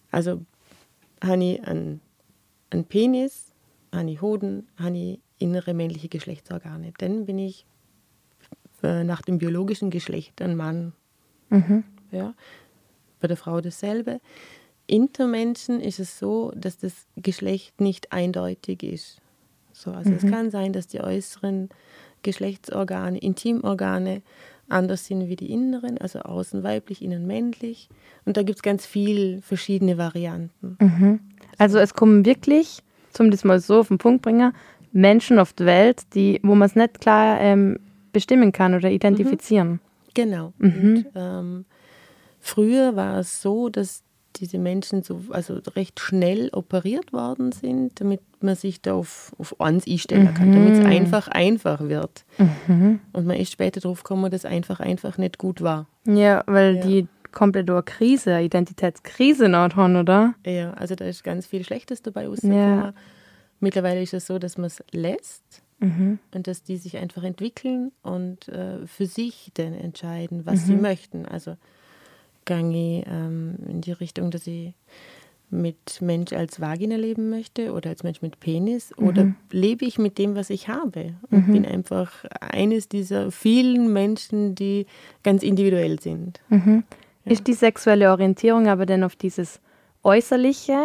Also habe ich einen Penis, habe ich Hoden, habe ich innere männliche Geschlechtsorgane. Dann bin ich nach dem biologischen Geschlecht ein Mann. Ja. Bei der Frau dasselbe. Intermenschen ist es so, dass das Geschlecht nicht eindeutig ist. So, also es kann sein, dass die äußeren Geschlechtsorgane, Intimorgane anders sind wie die inneren, also außen weiblich, innen männlich. Und da gibt es ganz viele verschiedene Varianten. Also es kommen wirklich, zum das mal so auf den Punkt bringen, Menschen auf der Welt, wo man es nicht klar bestimmen kann oder identifizieren. Genau. Und, früher war es so, dass diese Menschen recht schnell operiert worden sind, damit man sich da auf eins einstellen kann, damit es einfach wird. Und man ist später drauf gekommen, dass einfach nicht gut war. Ja, weil die komplett durch Krise, Identitätskrise noch haben, oder? Ja, also da ist ganz viel Schlechtes dabei rausgekommen. Ja. Mittlerweile ist es so, dass man es lässt und dass die sich einfach entwickeln und für sich dann entscheiden, was sie möchten. Also gehe ich in die Richtung, dass ich mit Mensch als Vagina leben möchte oder als Mensch mit Penis oder lebe ich mit dem, was ich habe und bin einfach eines dieser vielen Menschen, die ganz individuell sind. Ja. Ist die sexuelle Orientierung aber dann auf dieses äußerliche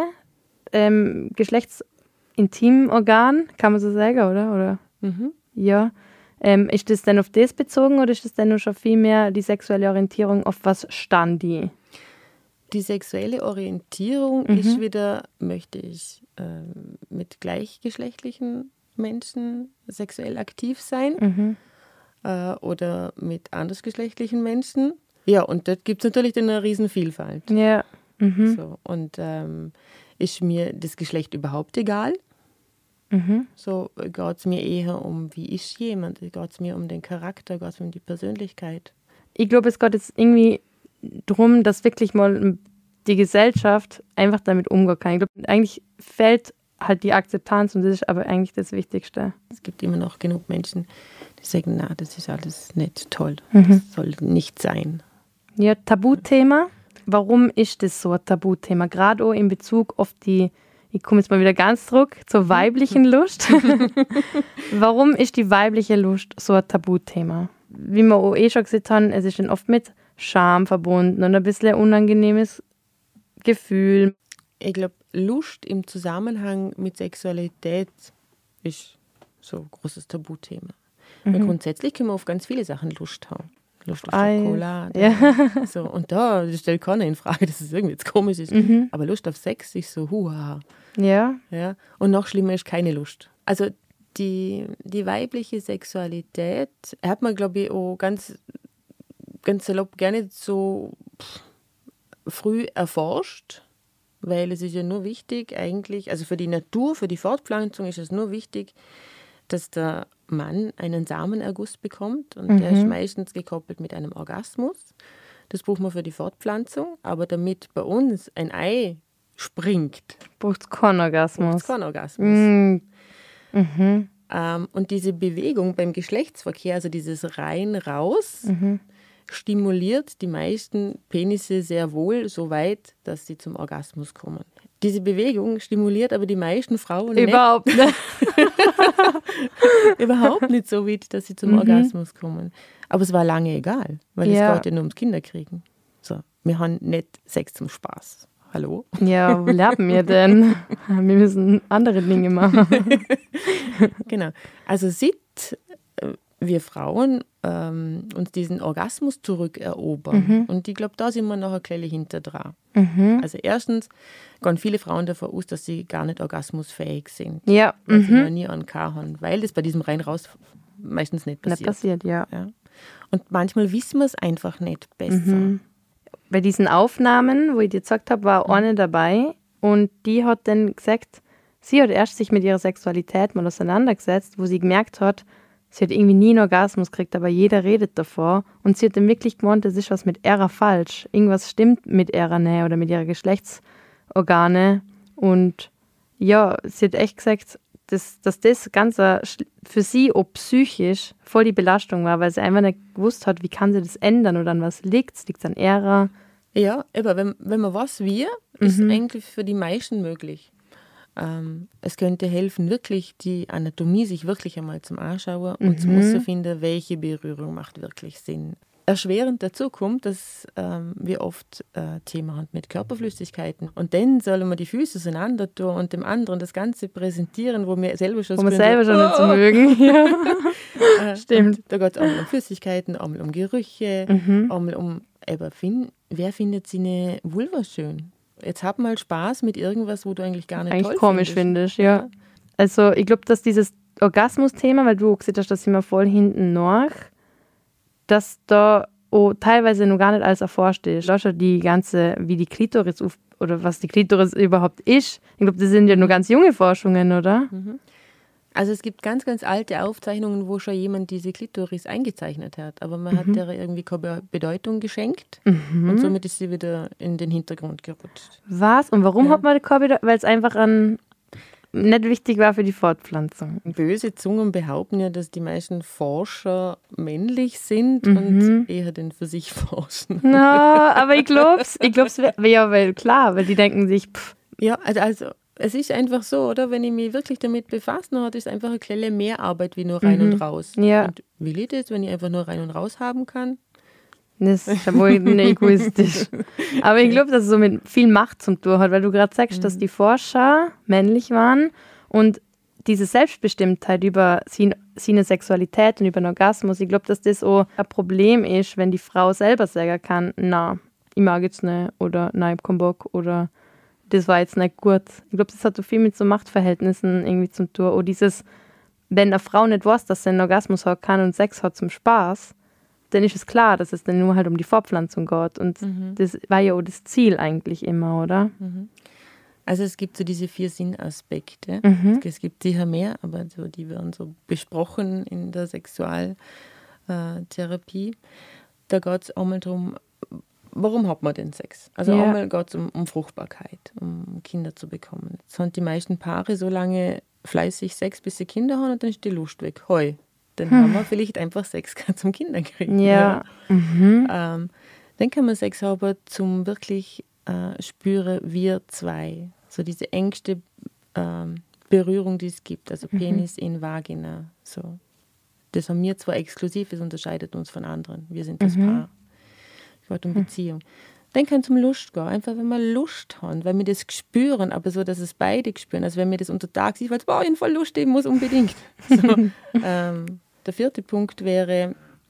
Geschlechtsintimorgan, kann man so sagen, oder? Ja. Ist das denn auf das bezogen oder ist das denn schon viel mehr die sexuelle Orientierung, auf was stand die? Die sexuelle Orientierung ist wieder, möchte ich mit gleichgeschlechtlichen Menschen sexuell aktiv sein oder mit andersgeschlechtlichen Menschen. Ja, und dort gibt es natürlich dann eine Riesenvielfalt. Ja. So, und ist mir das Geschlecht überhaupt egal? So geht es mir eher um, wie ist jemand? Geht es mir um den Charakter? Geht es mir um die Persönlichkeit? Ich glaube, es geht jetzt irgendwie darum, dass wirklich mal die Gesellschaft einfach damit umgehen kann. Ich glaube, eigentlich fehlt halt die Akzeptanz und das ist aber eigentlich das Wichtigste. Es gibt immer noch genug Menschen, die sagen, na, das ist alles nicht toll. Das soll nicht sein. Ja, Tabuthema. Warum ist das so ein Tabuthema? Gerade auch in Bezug auf ich komme jetzt mal wieder ganz zurück zur weiblichen Lust. Warum ist die weibliche Lust so ein Tabuthema? Wie wir auch schon gesagt haben, es ist dann oft mit Scham verbunden und ein bisschen ein unangenehmes Gefühl. Ich glaube, Lust im Zusammenhang mit Sexualität ist so ein großes Tabuthema. Weil grundsätzlich können wir auf ganz viele Sachen Lust haben. Lust auf Schokolade. Ja. So, und da stellt keiner in Frage, dass es irgendwie jetzt komisch ist. Aber Lust auf Sex ist so, huha. Ja. Und noch schlimmer ist keine Lust. Also die weibliche Sexualität hat man, glaube ich, auch ganz salopp gar nicht so früh erforscht, weil es ist ja nur wichtig eigentlich, also für die Natur, für die Fortpflanzung ist es nur wichtig, dass der Mann einen Samenerguss bekommt und der ist meistens gekoppelt mit einem Orgasmus. Das braucht man für die Fortpflanzung, aber damit bei uns ein Ei springt, braucht es keinen Orgasmus. Und diese Bewegung beim Geschlechtsverkehr, also dieses Rein-Raus, stimuliert die meisten Penisse sehr wohl, so weit, dass sie zum Orgasmus kommen. Diese Bewegung stimuliert aber die meisten Frauen überhaupt nicht. Überhaupt nicht so weit, dass sie zum Orgasmus kommen. Aber es war lange egal, weil es geht ja nur ums Kinderkriegen. So, wir haben nicht Sex zum Spaß. Hallo? Ja, wo lernen wir denn? Wir müssen andere Dinge machen. Genau. Also seit wir Frauen uns diesen Orgasmus zurückerobern. Und ich glaube, da sind wir noch ein kleines hinter dran. Also erstens gehen viele Frauen davon aus, dass sie gar nicht orgasmusfähig sind. Ja. Weil sie noch nie einen K haben, weil das bei diesem Rein-Raus meistens nicht passiert. Nicht passiert, ja. Und manchmal wissen wir es einfach nicht besser. Bei diesen Aufnahmen, wo ich dir gesagt habe, war eine dabei und die hat dann gesagt, sie hat erst sich mit ihrer Sexualität mal auseinandergesetzt, wo sie gemerkt hat, sie hat irgendwie nie einen Orgasmus gekriegt, aber jeder redet davor. Und sie hat dann wirklich gemeint, das ist was mit ihrer falsch. Irgendwas stimmt mit ihrer Nähe oder mit ihren Geschlechtsorgane. Und ja, sie hat echt gesagt, dass das Ganze für sie auch psychisch voll die Belastung war, weil sie einfach nicht gewusst hat, wie kann sie das ändern oder an was liegt es? Liegt es an ihrer Ja, aber wenn man was wie, ist eigentlich für die meisten möglich. Es könnte helfen, wirklich die Anatomie sich wirklich einmal zum Anschauen und zum herauszufinden, welche Berührung macht wirklich Sinn. Erschwerend dazu kommt, dass wir oft Thema haben mit Körperflüssigkeiten. Und dann sollen wir die Füße auseinander tun und dem anderen das Ganze präsentieren, wo wir selber schon nicht so mögen. Ja. Stimmt. Da geht es einmal um Flüssigkeiten, einmal um Gerüche, einmal um, wer findet seine Vulva schön? Jetzt hab mal Spaß mit irgendwas, wo du eigentlich gar nicht eigentlich toll komisch findest, ja. Also ich glaube, dass dieses Orgasmus-Thema, weil du gesagt hast, das immer voll hinten nach, dass da teilweise noch gar nicht alles erforscht ist. Da schon die ganze, wie die Klitoris oder was die Klitoris überhaupt ist. Ich glaube, das sind ja nur ganz junge Forschungen, oder? Also es gibt ganz, ganz alte Aufzeichnungen, wo schon jemand diese Klitoris eingezeichnet hat. Aber man hat der irgendwie keine Bedeutung geschenkt und somit ist sie wieder in den Hintergrund gerutscht. Was? Und warum hat man keine Bedeutung? Weil es einfach nicht wichtig war für die Fortpflanzung. Böse Zungen behaupten ja, dass die meisten Forscher männlich sind und eher denn für sich forschen. No, aber ich glaub's, ja, weil klar, weil die denken sich, Ja, also es ist einfach so, oder? Wenn ich mich wirklich damit befasse, dann hat es einfach eine kleine Mehrarbeit wie nur rein und raus. Ja. Und will ich das, wenn ich einfach nur rein und raus haben kann? Das ist ja wohl nicht egoistisch. Aber ich glaube, dass es so mit viel Macht zum tun hat, weil du gerade sagst, dass die Forscher männlich waren und diese Selbstbestimmtheit über seine Sexualität und über den Orgasmus, ich glaube, dass das auch ein Problem ist, wenn die Frau selber sagen kann, na, ich mag jetzt nicht oder nein, ich hab keinen Bock oder das war jetzt nicht gut. Ich glaube, das hat so viel mit so Machtverhältnissen irgendwie zum tun. Oder dieses, wenn eine Frau nicht weiß, dass sie einen Orgasmus haben kann und Sex hat zum Spaß, dann ist es klar, dass es dann nur halt um die Fortpflanzung geht. Und das war ja auch das Ziel eigentlich immer, oder? Also es gibt so diese 4 Sinnaspekte. Es gibt sicher mehr, aber so, die werden so besprochen in der Sexualtherapie. Da geht es einmal darum, warum hat man denn Sex? Also einmal geht es um Fruchtbarkeit, um Kinder zu bekommen. Jetzt haben die meisten Paare so lange fleißig Sex, bis sie Kinder haben und dann ist die Lust weg. Dann haben wir vielleicht einfach Sex zum Kinderkriegen. Ja. Dann kann man Sex haben zum wirklich spüren, wir zwei. So diese engste Berührung, die es gibt. Also Penis in Vagina. So. Das haben wir zwar exklusiv, es unterscheidet uns von anderen. Wir sind das Paar. Es geht um Beziehung. Dann kann es um Lust gehen. Einfach, wenn wir Lust haben, weil wir das spüren, aber so, dass es beide spüren. Also wenn wir das unter Tag sieht, weil es ich voll Lust haben muss, unbedingt. So, der 4. Punkt wäre,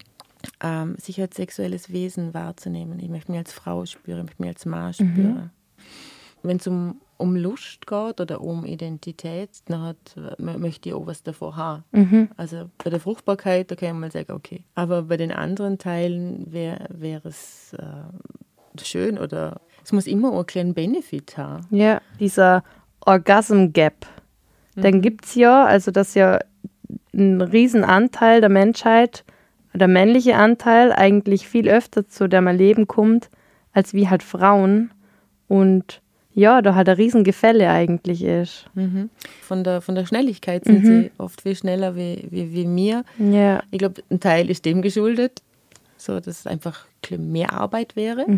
sich als sexuelles Wesen wahrzunehmen. Ich möchte mich als Frau spüren, ich möchte mich als Mann spüren. Wenn es um Lust geht oder um Identität, dann möchte ich auch was davor haben. Also bei der Fruchtbarkeit, da kann ich mal sagen, okay. Aber bei den anderen Teilen wäre es schön oder es muss immer auch einen kleinen Benefit haben. Ja, dieser Orgasm Gap. Den gibt es ja, also dass ja ein Riesenanteil der Menschheit, der männliche Anteil, eigentlich viel öfter zu dem Leben kommt, als wie halt Frauen. Und ja, da halt ein Riesengefälle eigentlich ist. Von der Schnelligkeit sind sie oft viel schneller wie wir. Ja. Ich glaube, ein Teil ist dem geschuldet, so dass es einfach mehr Arbeit wäre.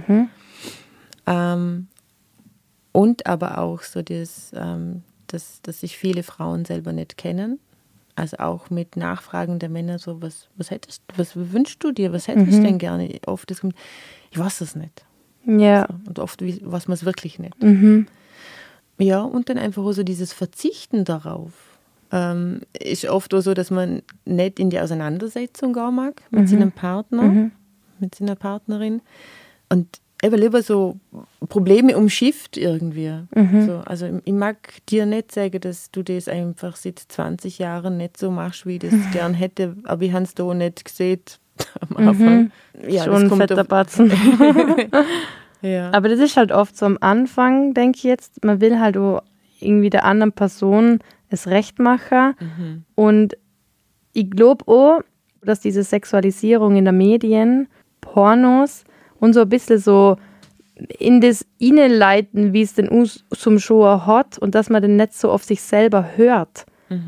Und aber auch so dass sich viele Frauen selber nicht kennen. Also auch mit Nachfragen der Männer so, was wünschst du dir, was hättest du denn gerne? Oft ist, ich weiß es nicht. Ja. So, und oft weiß man es wirklich nicht. Ja, und dann einfach auch so dieses Verzichten darauf. Ist oft auch so, dass man nicht in die Auseinandersetzung gehen mag mit seinem Partner, mit seiner Partnerin. Und eben lieber so Probleme umschifft irgendwie. So, also ich mag dir nicht sagen, dass du das einfach seit 20 Jahren nicht so machst, wie ich das gern hätte, aber ich habe es da nicht gesehen am Anfang. Ja, schon ein fetter Batzen. Ja. Aber das ist halt oft so am Anfang, denke ich jetzt, man will halt auch irgendwie der anderen Person es recht machen. Und ich glaube auch, dass diese Sexualisierung in den Medien, Pornos und so ein bisschen so in das Innenleiten, wie es den zum Show hat und dass man dann nicht so auf sich selber hört. Und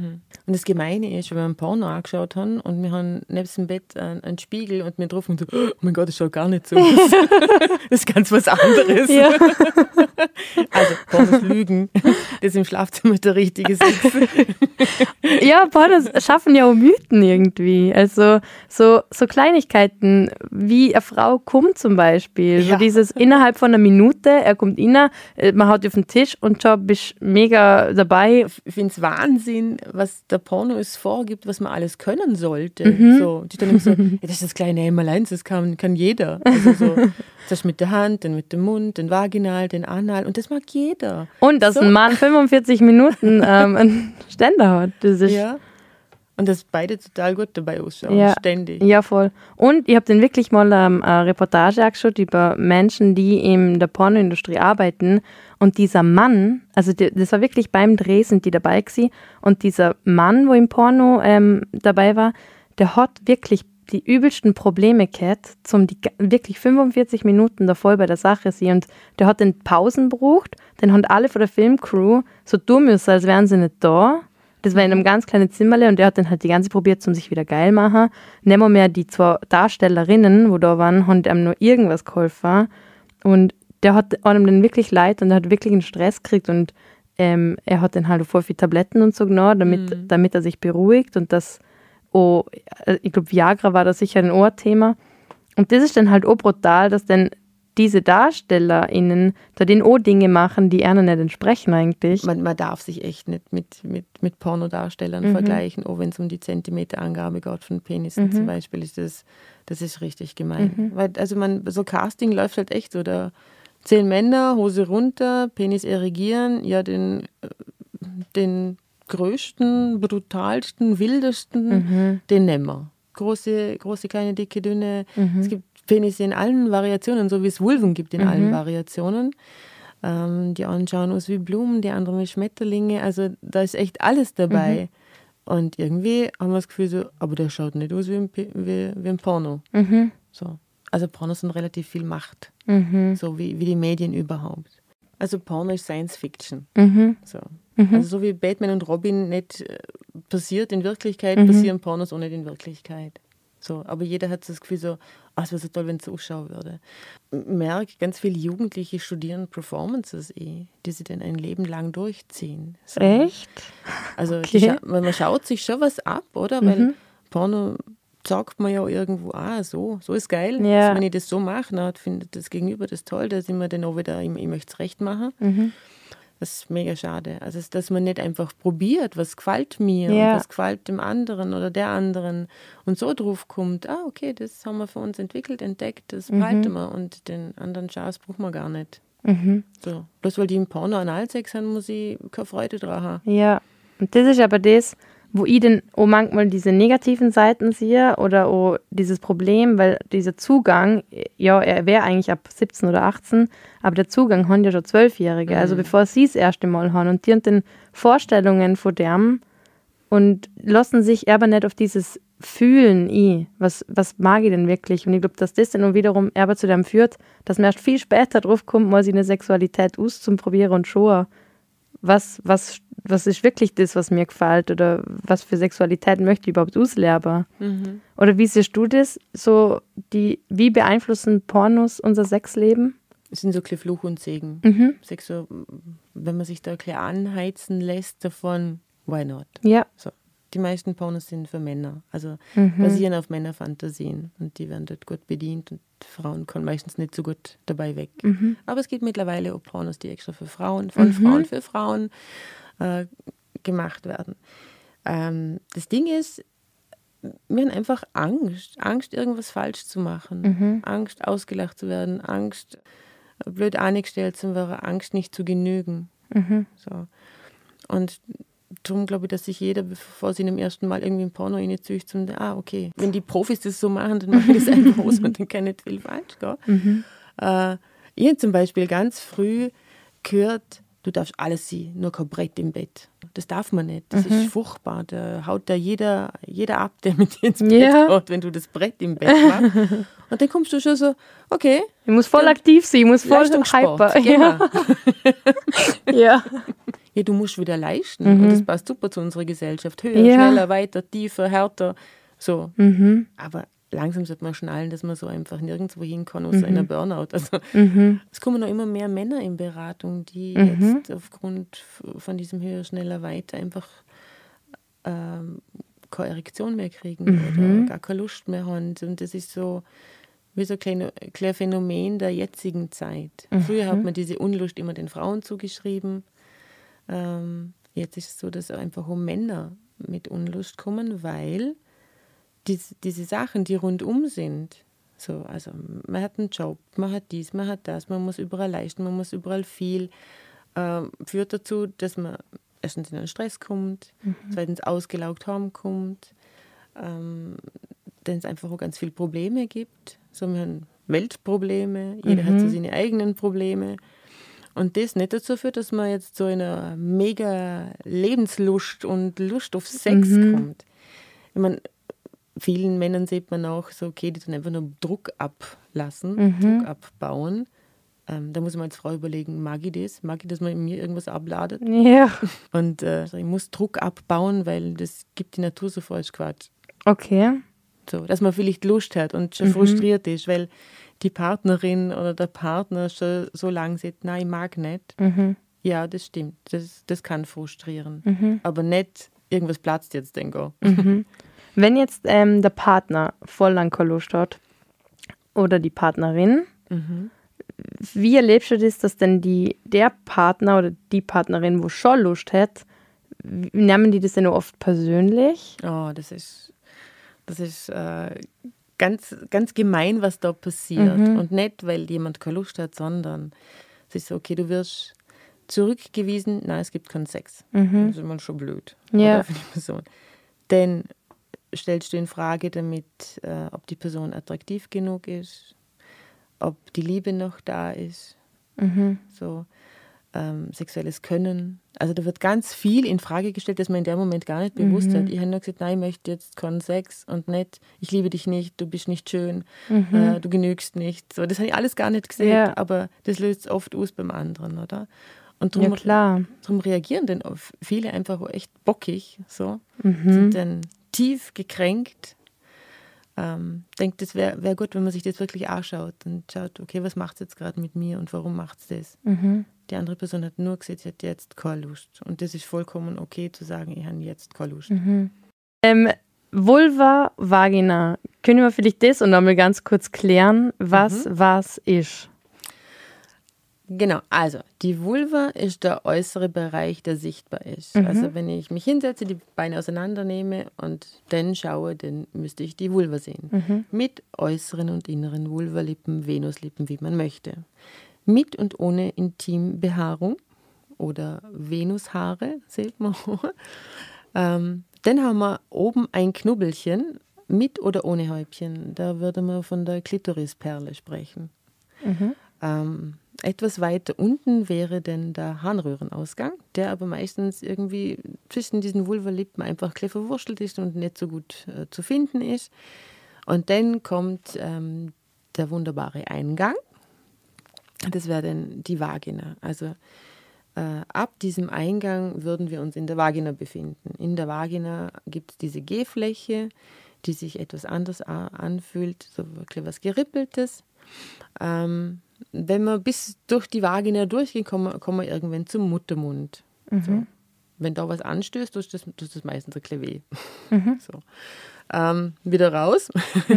Und das Gemeine ist, wenn wir ein Porno angeschaut haben und wir haben neben dem Bett einen Spiegel und wir drauf und so, oh mein Gott, das schaut gar nicht so aus. Das ist ganz was anderes. Ja. Also Pornos lügen, das ist im Schlafzimmer der richtige Sex. Ja, Pornos schaffen ja auch Mythen irgendwie. Also so Kleinigkeiten, wie eine Frau kommt zum Beispiel. Ja. So dieses innerhalb von einer Minute, er kommt rein, man haut auf den Tisch und schon bist mega dabei. Ich finde es Wahnsinn, was der Porno es vorgibt, was man alles können sollte. So, die dann immer so, ja, das ist das kleine Einmaleins, das kann jeder. Also so, das mit der Hand, dann mit dem Mund, den Vaginal, den Anal und das mag jeder. Und dass ein Mann 45 Minuten einen Ständer hat. Das ist ja. Und dass beide total gut dabei ausschauen, ständig. Ja, voll. Und ich habe dann wirklich mal eine Reportage angeschaut über Menschen, die in der Pornoindustrie arbeiten. Und dieser Mann, also das war wirklich beim Dreh, sind die dabei gewesen. Und dieser Mann, wo im Porno dabei war, der hat wirklich die übelsten Probleme gehabt, die wirklich 45 Minuten da voll bei der Sache sind. Und der hat den Pausen gebraucht, den haben alle von der Filmcrew so tun müssen, als wären sie nicht da. Das war in einem ganz kleinen Zimmerle und der hat dann halt die ganze probiert, um sich wieder geil zu machen. Nicht mehr die 2 Darstellerinnen, wo da waren, haben ihm nur irgendwas geholfen. Und der hat einem dann wirklich leid und er hat wirklich einen Stress gekriegt und er hat dann halt voll viele Tabletten und so genommen, damit er sich beruhigt und das, ich glaube Viagra war da sicher ein Ohrthema. Und das ist dann halt auch brutal, dass dann diese DarstellerInnen da den auch Dinge machen, die ihnen nicht entsprechen eigentlich. Man darf sich echt nicht mit Pornodarstellern vergleichen, auch wenn es um die Zentimeterangabe geht von Penissen zum Beispiel, das ist richtig gemein. Weil, also so Casting läuft halt echt so, da 10 Männer, Hose runter, Penis erigieren, ja den größten, brutalsten, wildesten, den nehmen wir. Große, kleine, dicke, dünne. Es gibt Penisse in allen Variationen, so wie es Vulven gibt in allen Variationen. Die einen schauen aus wie Blumen, die anderen wie Schmetterlinge. Also da ist echt alles dabei. Und irgendwie haben wir das Gefühl so, aber der schaut nicht aus wie ein Porno. So. Also Pornos sind relativ viel Macht. So wie die Medien überhaupt. Also Porno ist Science Fiction. So. Also so wie Batman und Robin nicht passiert in Wirklichkeit, passieren Pornos auch nicht in Wirklichkeit. So, aber jeder hat das Gefühl so, es wäre so toll, wenn es so ausschauen würde. Ich merke, ganz viele Jugendliche studieren Performances die sie dann ein Leben lang durchziehen. So. Echt? Also okay. Man schaut sich schon was ab, oder? Weil Porno sagt man ja irgendwo, so ist geil. Ja. Also wenn ich das so mache, dann findet das Gegenüber das toll, da sind wir dann auch wieder, ich möchte es recht machen. Das ist mega schade. Also, dass man nicht einfach probiert, was gefällt mir und was gefällt dem anderen oder der anderen und so drauf kommt, okay, das haben wir für uns entwickelt, entdeckt, das behalten wir und den anderen Chance brauchen wir gar nicht. So. Bloß weil die im Porno Analsex haben, muss ich keine Freude dran haben. Ja, und das ist aber das, wo ich dann auch manchmal diese negativen Seiten sehe oder auch dieses Problem, weil dieser Zugang, ja, er wäre eigentlich ab 17 oder 18, aber der Zugang haben ja schon 12-Jährige, also bevor sie das erste Mal haben und die haben dann Vorstellungen von dem und lassen sich aber nicht auf dieses Fühlen was mag ich denn wirklich? Und ich glaube, dass das dann auch wiederum aber zu dem führt, dass man erst viel später drauf kommt, mal seine Sexualität auszuprobieren und schauen, was ist wirklich das, was mir gefällt oder was für Sexualität möchte ich überhaupt auslernen? Oder wie siehst du das? So wie beeinflussen Pornos unser Sexleben? Es sind so ein Fluch und Segen. So, wenn man sich da ein bisschen anheizen lässt davon, why not? Ja. So. Die meisten Pornos sind für Männer, also basieren auf Männerfantasien und die werden dort gut bedient und Frauen kommen meistens nicht so gut dabei weg. Aber es gibt mittlerweile auch Pornos, die extra für Frauen, von Frauen für Frauen gemacht werden. Das Ding ist, wir haben einfach Angst, irgendwas falsch zu machen, Angst, ausgelacht zu werden, Angst, blöd angestellt zu werden, Angst, nicht zu genügen. So. Und darum glaube ich, dass sich jeder, bevor sie im ersten Mal irgendwie ein Porno reinzieht, okay, wenn die Profis das so machen, dann mache ich das einfach aus und dann kann nicht viel falsch gehen. Ich habe zum Beispiel ganz früh gehört, du darfst alles sehen, nur kein Brett im Bett. Das darf man nicht, das ist furchtbar. Da haut da jeder ab, der mit dir ins Bett geht, wenn du das Brett im Bett machst. Und dann kommst du schon so, okay. Ich muss voll aktiv sein, ich muss voll hyper. Genau. Ja. ja, du musst wieder leisten. Mhm. Und das passt super zu unserer Gesellschaft. Höher, Ja. schneller, weiter, tiefer, härter. So. Mhm. Aber langsam sollte man schnallen, dass man so einfach nirgendwo hin kann, außer in einer Burnout. Also Mhm. es kommen noch immer mehr Männer in Beratung, die Mhm. jetzt aufgrund von diesem höher, schneller, weiter einfach keine Erektion mehr kriegen oder gar keine Lust mehr haben. Und das ist so wie so ein kleines Phänomen der jetzigen Zeit. Früher hat man diese Unlust immer den Frauen zugeschrieben. Jetzt ist es so, dass einfach auch Männer mit Unlust kommen, weil diese Sachen, die rundum sind, so, also man hat einen Job, man hat dies, man hat das, man muss überall leisten, man muss überall viel, führt dazu, dass man erstens in einen Stress kommt, zweitens ausgelaugt heimkommt, denn es einfach auch ganz viele Probleme gibt. So, wir haben Weltprobleme, jeder hat so seine eigenen Probleme. Und das nicht dazu führt, dass man jetzt so in eine mega Lebenslust und Lust auf Sex kommt. Ich meine, vielen Männern sieht man auch so, okay, die dann einfach nur Druck ablassen, Druck abbauen. Da muss man als Frau überlegen, mag ich das? Mag ich, dass man in mir irgendwas abladet? Ja. Und ich muss Druck abbauen, weil das gibt die Natur so falsch Quatsch. Okay. So, dass man vielleicht Lust hat und schon frustriert ist, weil die Partnerin oder der Partner schon so lange sagt, nein, ich mag nicht. Ja, das stimmt. Das kann frustrieren. Aber nicht, irgendwas platzt jetzt, denke ich. Wenn jetzt der Partner voll lang keine Lust hat oder die Partnerin, wie erlebst du das, dass denn der Partner oder die Partnerin, wo schon Lust hat, nehmen die das denn oft persönlich? Oh, das ist ganz, ganz gemein, was da passiert. Und nicht, weil jemand keine Lust hat, sondern es ist so, okay, du wirst zurückgewiesen, nein, es gibt keinen Sex. Das ist immer schon blöd. Ja. Oder, für die Person. Denn stellst du in Frage damit, ob die Person attraktiv genug ist, ob die Liebe noch da ist, so sexuelles Können. Also da wird ganz viel in Frage gestellt, das man in dem Moment gar nicht bewusst hat. Ich habe nur gesagt, nein, ich möchte jetzt keinen Sex und nicht, ich liebe dich nicht, du bist nicht schön, du genügst nicht. So, das habe ich alles gar nicht gesehen, aber das löst oft aus beim anderen, oder? Und Ja, klar. drum reagieren dann viele einfach echt bockig, so, sind dann tief gekränkt. Denkt, das wäre gut, wenn man sich das wirklich anschaut und schaut, okay, was macht es jetzt gerade mit mir und warum macht es das? Die andere Person hat nur gesagt, sie hat jetzt keine Lust. Und das ist vollkommen okay zu sagen, ich habe jetzt keine Lust. Vulva, Vagina. Können wir vielleicht das und nochmal ganz kurz klären, was ist? Genau, also die Vulva ist der äußere Bereich, der sichtbar ist. Also wenn ich mich hinsetze, die Beine auseinandernehme und dann schaue, dann müsste ich die Vulva sehen. Mit äußeren und inneren Vulvalippen, Venuslippen, wie man möchte. Mit und ohne Intimbehaarung oder Venushaare, sieht man. Dann haben wir oben ein Knubbelchen, mit oder ohne Häubchen. Da würde man von der Klitorisperle sprechen. Etwas weiter unten wäre dann der Harnröhrenausgang, der aber meistens irgendwie zwischen diesen Vulvalippen einfach klein verwurstelt ist und nicht so gut zu finden ist. Und dann kommt der wunderbare Eingang. Das wäre dann die Vagina. Also ab diesem Eingang würden wir uns in der Vagina befinden. In der Vagina gibt es diese G-Fläche, die sich etwas anders anfühlt, so wirklich was Gerippeltes. Wenn wir bis durch die Vagina durchgehen, kommen wir irgendwann zum Muttermund. So. Wenn da was anstößt, tut das meistens ein bisschen weh. So. Wieder raus.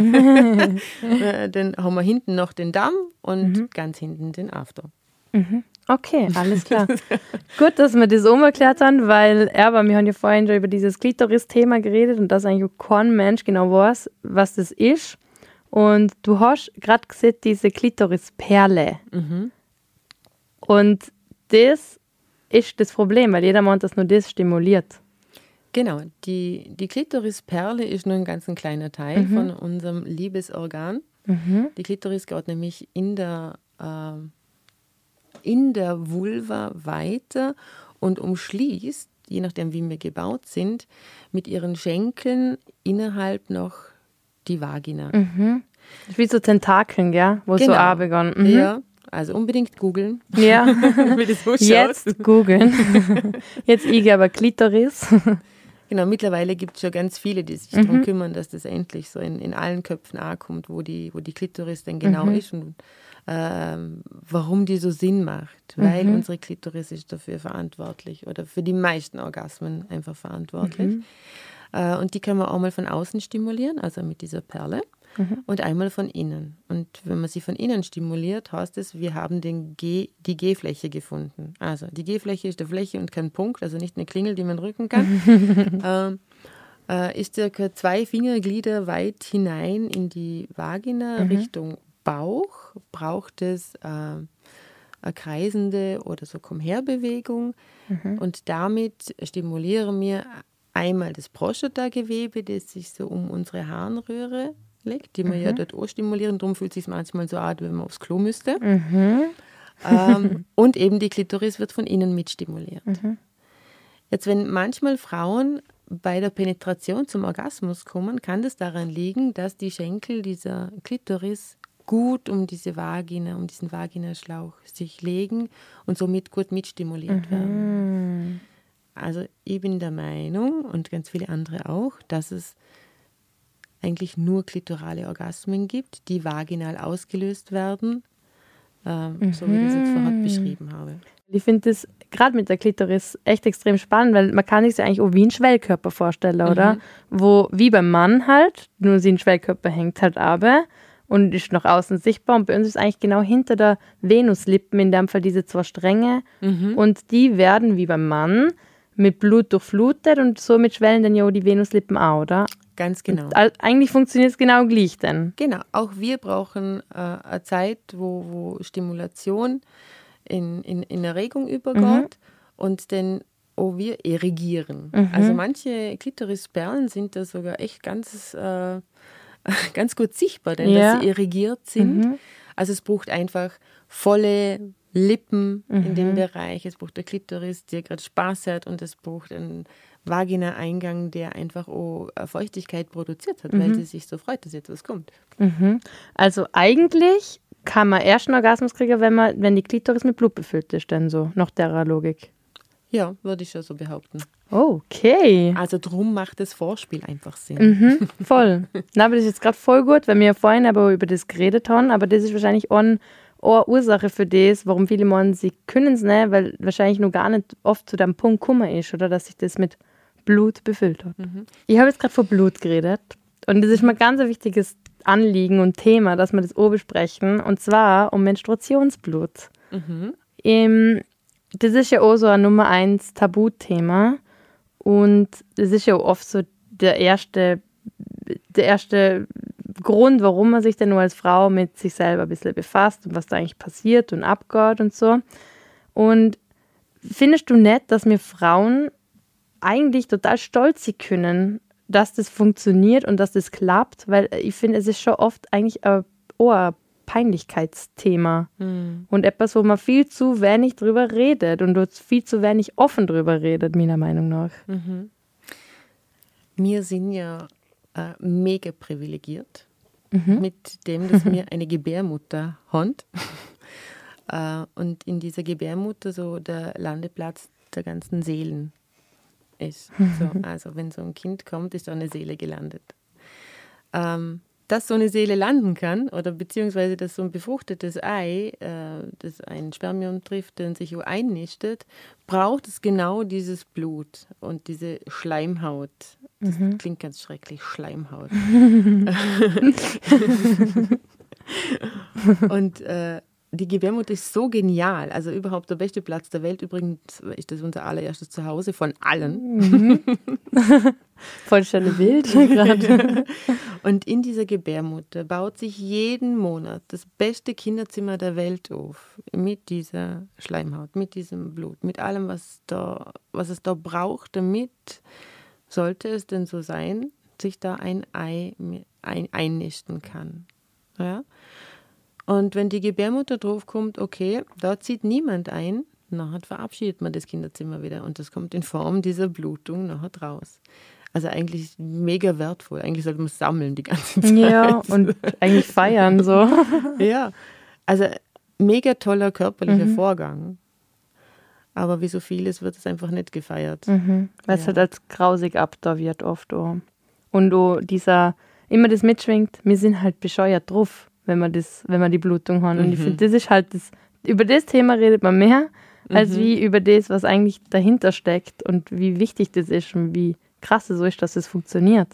Dann haben wir hinten noch den Damm und ganz hinten den After. Okay, alles klar. Gut, dass wir das erklärt haben, weil wir haben ja vorhin schon über dieses Klitoris-Thema geredet und dass eigentlich kein Mensch genau weiß, was das ist. Und du hast gerade gesehen, diese Klitorisperle. Und das ist das Problem, weil jeder meint, dass nur das stimuliert. Genau, die Klitorisperle ist nur ein ganz kleiner Teil von unserem Liebesorgan. Die Klitoris geht nämlich in der Vulva weiter und umschließt, je nachdem wie wir gebaut sind, mit ihren Schenkeln innerhalb noch die Vagina. Das ist wie so Tentakeln, gell? Wo Genau. so runtergehen. Ja, Also unbedingt googeln. Ja, wie das so jetzt googeln. Jetzt ich aber Klitoris. Genau, mittlerweile gibt es schon ganz viele, die sich darum kümmern, dass das endlich so in allen Köpfen ankommt, wo die Klitoris denn genau ist und warum die so Sinn macht. Weil unsere Klitoris ist dafür verantwortlich oder für die meisten Orgasmen einfach verantwortlich. Und die kann man auch mal von außen stimulieren, also mit dieser Perle. Und einmal von innen. Und wenn man sie von innen stimuliert, heißt es, wir haben die G-Fläche gefunden. Also die G-Fläche ist eine Fläche und kein Punkt, also nicht eine Klingel, die man drücken kann. Ist circa 2 Fingerglieder weit hinein in die Vagina Richtung Bauch. Braucht es eine kreisende oder so Komm-her-Bewegung. Und damit stimulieren wir einmal das Prostatagewebe, das sich so um unsere Harnröhre legt, die wir ja dort auch stimulieren. Darum fühlt es sich manchmal so an, wenn man aufs Klo müsste. Und eben die Klitoris wird von innen mitstimuliert. Jetzt, wenn manchmal Frauen bei der Penetration zum Orgasmus kommen, kann das daran liegen, dass die Schenkel dieser Klitoris gut um diese Vagina, um diesen Vaginaschlauch sich legen und somit gut mitstimuliert werden. Also ich bin der Meinung, und ganz viele andere auch, dass es eigentlich nur klitorale Orgasmen gibt, die vaginal ausgelöst werden, so wie ich das jetzt vorher beschrieben habe. Ich finde das gerade mit der Klitoris echt extrem spannend, weil man kann sich ja eigentlich auch wie ein Schwellkörper vorstellen, oder? Wo, wie beim Mann halt, nur sie ein Schwellkörper hängt halt aber und ist nach außen sichtbar und bei uns ist eigentlich genau hinter der Venuslippen in dem Fall diese 2 Stränge und die werden wie beim Mann mit Blut durchflutet und somit schwellen dann ja auch die Venuslippen auch, oder? Ganz genau. Und eigentlich funktioniert es genau gleich dann. Genau, auch wir brauchen eine Zeit, wo Stimulation in Erregung übergeht und dann auch wir erigieren. Also manche Klitorisperlen sind da sogar echt ganz gut sichtbar, denn dass sie erigiert sind. Also es braucht einfach volle Lippen in dem Bereich, es braucht der Klitoris, der gerade Spaß hat und es braucht einen Vagina-Eingang, der einfach auch Feuchtigkeit produziert hat, weil sie sich so freut, dass jetzt was kommt. Also eigentlich kann man erst einen Orgasmus kriegen, wenn die Klitoris mit Blut befüllt ist, denn so, nach der Logik. Ja, würde ich ja so behaupten. Okay. Also drum macht das Vorspiel einfach Sinn. Voll. Na, aber das ist jetzt gerade voll gut, weil wir ja vorhin aber über das geredet haben, aber das ist wahrscheinlich auch eine Ursache für das, warum viele meinen, sie können es nicht, weil wahrscheinlich noch gar nicht oft zu dem Punkt gekommen ist, oder dass sich das mit Blut befüllt hat. Ich habe jetzt gerade von Blut geredet und das ist mir ganz ein wichtiges Anliegen und Thema, dass wir das auch besprechen, und zwar um Menstruationsblut. Das ist ja auch so ein Nummer 1 Tabuthema und das ist ja auch oft so der erste Grund, warum man sich dann nur als Frau mit sich selber ein bisschen befasst und was da eigentlich passiert und abgeht und so. Und findest du nicht, dass wir Frauen eigentlich total stolz sein können, dass das funktioniert und dass das klappt? Weil ich finde, es ist schon oft eigentlich ein Peinlichkeitsthema und etwas, wo man viel zu wenig drüber redet und dort viel zu wenig offen drüber redet, meiner Meinung nach. Wir sind ja mega privilegiert mit dem, dass wir eine Gebärmutter haben und in dieser Gebärmutter so der Landeplatz der ganzen Seelen ist. So, also wenn so ein Kind kommt, ist da eine Seele gelandet. Dass so eine Seele landen kann oder beziehungsweise dass so ein befruchtetes Ei, das ein Spermium trifft, dann sich einnistet, braucht es genau dieses Blut und diese Schleimhaut. Das klingt ganz schrecklich, Schleimhaut. Und die Gebärmutter ist so genial, also überhaupt der beste Platz der Welt. Übrigens ist das unser allererstes Zuhause von allen. Vollständig Bild gerade. Und in dieser Gebärmutter baut sich jeden Monat das beste Kinderzimmer der Welt auf. Mit dieser Schleimhaut, mit diesem Blut, mit allem, was es da braucht, damit, sollte es denn so sein, sich da ein Ei einnisten kann. Ja? Und wenn die Gebärmutter draufkommt, okay, da zieht niemand ein, nachher verabschiedet man das Kinderzimmer wieder und das kommt in Form dieser Blutung nachher raus. Also eigentlich mega wertvoll. Eigentlich sollte man es sammeln die ganze Zeit. Ja, und eigentlich feiern so. Ja, also mega toller körperlicher Vorgang. Aber wie so vieles wird es einfach nicht gefeiert. Weil es halt als grausig abda wird oft auch. Und auch immer das mitschwingt, wir sind halt bescheuert drauf, wenn wir die Blutung haben. Und ich finde, das ist halt über das Thema redet man mehr, als wie über das, was eigentlich dahinter steckt und wie wichtig das ist und wie krass es so ist, dass es funktioniert.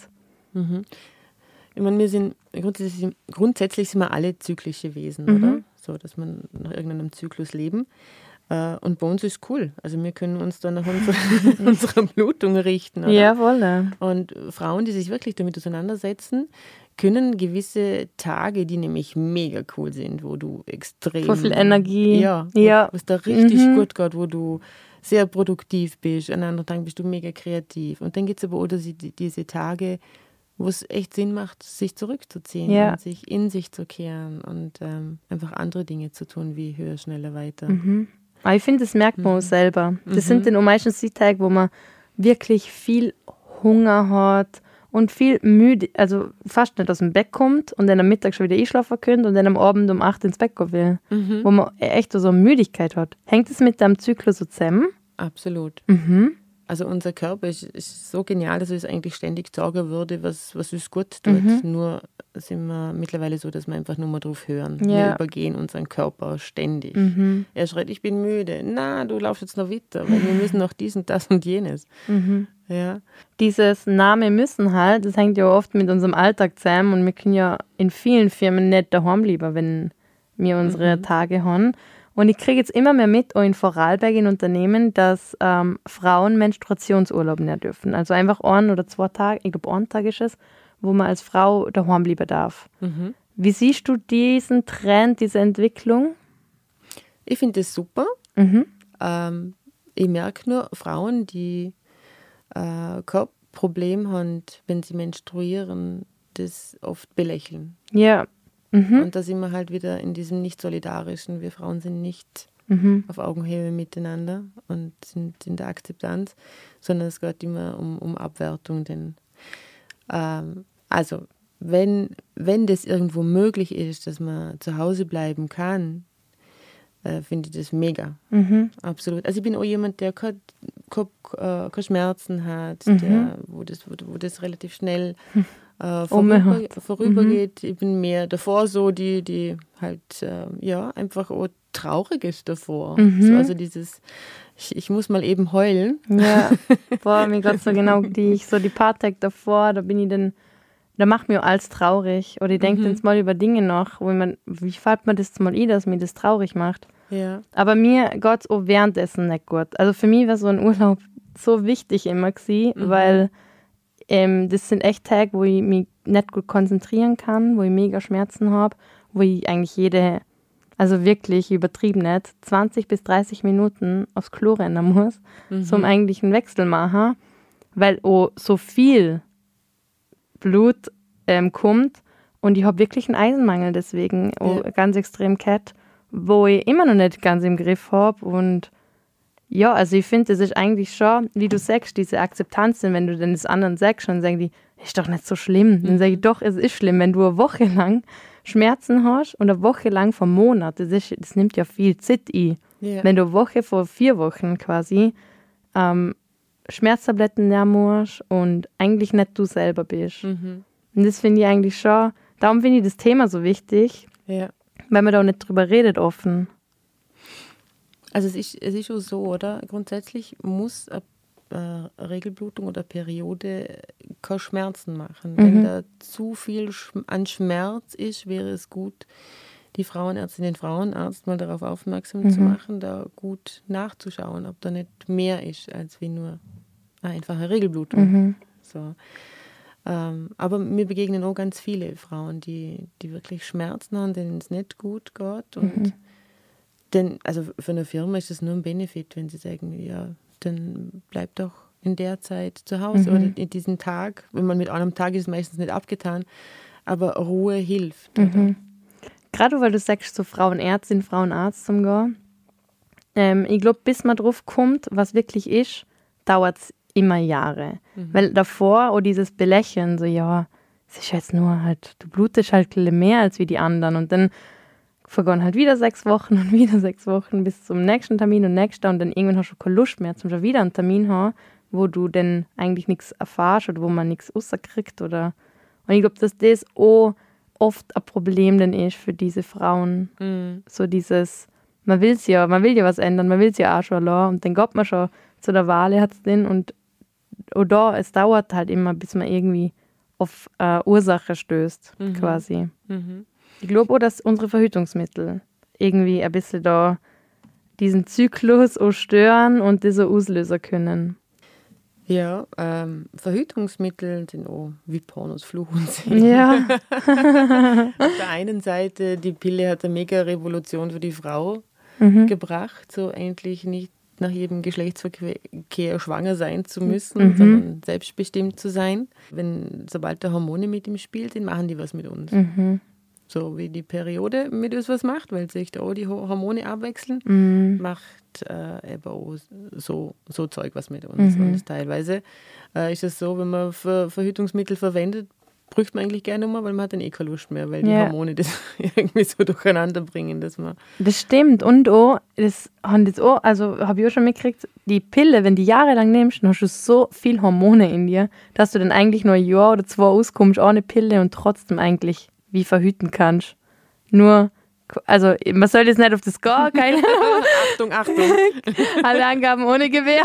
Ich meine, wir sind grundsätzlich sind wir alle zyklische Wesen, oder? So, dass wir nach irgendeinem Zyklus leben. Und bei uns ist cool. Also wir können uns dann nach unserer Blutung richten. Oder? Ja, voll. Und Frauen, die sich wirklich damit auseinandersetzen, können gewisse Tage, die nämlich mega cool sind, wo du extrem... Voll viel Energie. Ja. Wo es da richtig gut geht, wo du sehr produktiv bist. An anderen Tagen bist du mega kreativ. Und dann gibt es aber auch diese Tage, wo es echt Sinn macht, sich zurückzuziehen und sich in sich zu kehren und einfach andere Dinge zu tun, wie höher, schneller, weiter. Aber ich finde, das merkt man auch selber. Das sind dann auch meistens die Tage, wo man wirklich viel Hunger hat und viel müde, also fast nicht aus dem Bett kommt und dann am Mittag schon wieder einschlafen könnte und dann am Abend um 8 ins Bett gehen will. Wo man echt so eine Müdigkeit hat. Hängt es mit deinem Zyklus so zusammen? Absolut. Also unser Körper ist so genial, dass es eigentlich ständig sagen würde, was uns gut tut. Nur sind wir mittlerweile so, dass wir einfach nur mal drauf hören. Wir übergehen unseren Körper ständig. Er schreit, ich bin müde. Na, du laufst jetzt noch weiter, weil wir müssen noch dies und das und jenes. Ja. Dieses Name müssen halt, das hängt ja oft mit unserem Alltag zusammen und wir können ja in vielen Firmen nicht daheim bleiben, wenn wir unsere Tage haben. Und ich kriege jetzt immer mehr mit, auch in Vorarlberg in Unternehmen, dass Frauen Menstruationsurlaub nicht dürfen. Also einfach 1 oder 2 Tage, ich glaube 1 Tag ist es, wo man als Frau daheim bleiben darf. Wie siehst du diesen Trend, diese Entwicklung? Ich finde das super. Ich merke nur, Frauen, die kein Problem haben, wenn sie menstruieren, das oft belächeln. Ja. Und da sind wir halt wieder in diesem Nicht-Solidarischen. Wir Frauen sind nicht auf Augenhöhe miteinander und sind in der Akzeptanz, sondern es geht immer um Abwertung. Denn, also, wenn das irgendwo möglich ist, dass man zu Hause bleiben kann, finde ich das mega. Absolut. Also ich bin auch jemand, der keine Schmerzen hat, wo das relativ schnell vorübergeht. Ich bin mehr davor so, die halt einfach auch traurig ist davor. So, also dieses, ich muss mal eben heulen. Ja, boah, mir geht so genau die paar Tage davor, da macht mir alles traurig. Oder ich denke jetzt mal über Dinge nach, wie fällt mir das mal ein, dass mir das traurig macht. Ja. Aber mir geht es auch währenddessen nicht gut. Also für mich war so ein Urlaub so wichtig immer gewesen, weil das sind echt Tage, wo ich mich nicht gut konzentrieren kann, wo ich mega Schmerzen habe, wo ich eigentlich also wirklich übertrieben nicht, 20 bis 30 Minuten aufs Klo rennen muss, zum eigentlichen Wechsel machen, weil auch so viel Blut kommt und ich habe wirklich einen Eisenmangel deswegen, ganz extrem gehabt, wo ich immer noch nicht ganz im Griff habe und ja, also ich finde, das ist eigentlich schon, wie du sagst, diese Akzeptanz, wenn du dann das anderen sagst und sagst, ist doch nicht so schlimm. Dann sage ich, doch, es ist schlimm, wenn du eine Woche lang Schmerzen hast und eine Woche lang vom Monat, das nimmt ja viel Zeit ein. Yeah. Wenn du eine Woche vor 4 Wochen quasi Schmerztabletten nehmen musst und eigentlich nicht du selber bist. Und das finde ich eigentlich schon, darum finde ich das Thema so wichtig, weil man da auch nicht drüber redet offen. Also es ist schon so, oder? Grundsätzlich muss eine Regelblutung oder Periode keine Schmerzen machen. Wenn da zu viel an Schmerz ist, wäre es gut, die Frauenärztin, den Frauenarzt mal darauf aufmerksam zu machen, da gut nachzuschauen, ob da nicht mehr ist, als wie nur eine einfache Regelblutung. So. Aber mir begegnen auch ganz viele Frauen, die wirklich Schmerzen haben, denen es nicht gut geht und denn, also für eine Firma ist es nur ein Benefit, wenn sie sagen, ja, dann bleib doch in der Zeit zu Hause oder in diesem Tag. Wenn man mit einem Tag ist, ist es meistens nicht abgetan, aber Ruhe hilft. Gerade weil du sagst, so Frauenärztin, Frauenarzt zum Gehen. Ich glaube, bis man drauf kommt, was wirklich ist, dauert es immer Jahre. Weil davor, auch dieses Belächeln, so ja, es ist jetzt nur halt, du blutest halt mehr als wie die anderen und dann vergehen halt wieder 6 Wochen und wieder 6 Wochen bis zum nächsten Termin und nächster und dann irgendwann hast du keine Lust mehr, zum schon wieder einen Termin haben, wo du dann eigentlich nichts erfährst oder wo man nichts rauskriegt oder. Und ich glaube, dass das auch oft ein Problem dann ist für diese Frauen. So dieses, man will ja was ändern, man will es ja auch schon lassen und dann geht man schon zu der Wahl, hat es den und oder es dauert halt immer, bis man irgendwie auf Ursache stößt, quasi. Ich glaube auch, dass unsere Verhütungsmittel irgendwie ein bisschen da diesen Zyklus auch stören und das auch auslösen können. Ja, Verhütungsmittel sind auch wie Pornos Fluch und Segen. Ja. Auf der einen Seite, die Pille hat eine mega Revolution für die Frau gebracht, so endlich nicht nach jedem Geschlechtsverkehr schwanger sein zu müssen, sondern selbstbestimmt zu sein. Sobald da Hormone mit im Spiel sind, machen die was mit uns. So wie die Periode mit uns was macht, weil sich da auch die Hormone abwechseln, macht eben auch so Zeug was mit uns. Und teilweise ist es so, wenn man Verhütungsmittel verwendet, braucht man eigentlich gerne mal, weil man hat dann keine Lust mehr, weil die Hormone das irgendwie so durcheinander bringen, dass man... Das stimmt. Und auch, das haben jetzt auch, also habe ich auch schon mitgekriegt, die Pille, wenn du jahrelang nimmst, dann hast du so viel Hormone in dir, dass du dann eigentlich nur ein Jahr oder 2 auskommst ohne Pille und trotzdem eigentlich wie verhüten kannst. Nur, also man soll jetzt nicht auf das gehen, keine Achtung. Alle Angaben ohne Gewehr.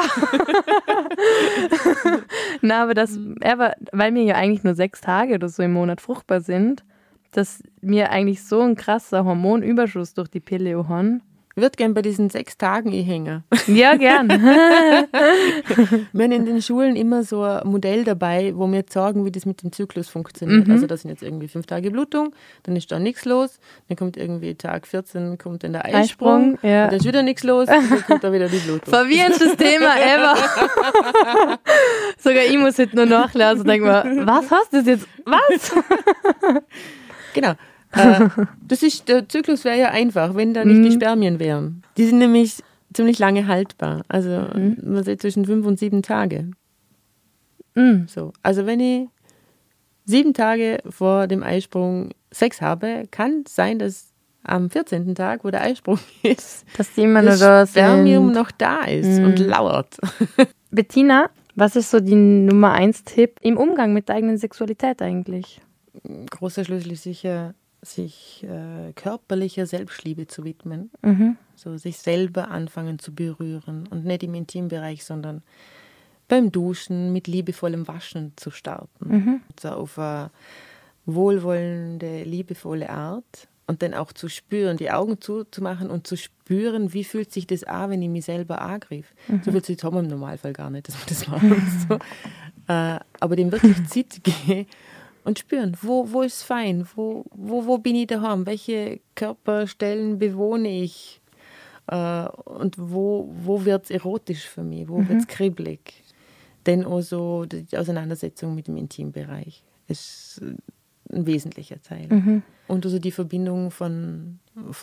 Na, aber weil wir ja eigentlich nur 6 Tage oder so im Monat fruchtbar sind, dass wir eigentlich so ein krasser Hormonüberschuss durch die Pille auch haben. Ich würde gerne bei diesen 6 Tagen hängen. Ja, gern. Wir haben in den Schulen immer so ein Modell dabei, wo wir sagen, wie das mit dem Zyklus funktioniert. Also da sind jetzt irgendwie 5 Tage Blutung, dann ist da nichts los, dann kommt irgendwie Tag 14, kommt dann der Eisprung, ja. Und dann ist wieder nichts los, und dann kommt da wieder die Blutung. Verwirrendstes Thema ever. Sogar ich muss jetzt nur nachlesen und denke mir, was hast du jetzt? Was? Genau. Der Zyklus wäre ja einfach, wenn da nicht die Spermien wären. Die sind nämlich ziemlich lange haltbar. Also man sagt zwischen 5 und 7 Tage. So. Also wenn ich 7 Tage vor dem Eisprung Sex habe, kann es sein, dass am 14. Tag, wo der Eisprung ist, dass das Spermium noch da ist und lauert. Bettina, was ist so die Nummer 1 Tipp im Umgang mit der eigenen Sexualität eigentlich? Großer Schlüssel ist sicher, sich körperlicher Selbstliebe zu widmen. So sich selber anfangen zu berühren und nicht im Intimbereich, sondern beim Duschen mit liebevollem Waschen zu starten. So auf eine wohlwollende, liebevolle Art und dann auch zu spüren, die Augen zuzumachen und zu spüren, wie fühlt sich das an, wenn ich mich selber angriff. So fühlt sich im Normalfall gar nicht, dass man das macht. So. Aber dem wirklich Zeit geben und spüren, wo ist es fein, wo bin ich daheim, welche Körperstellen bewohne ich und wo wird es erotisch für mich, wo wird es kribbelig. Denn auch so die Auseinandersetzung mit dem Intimbereich ist ein wesentlicher Teil. Und also die Verbindung von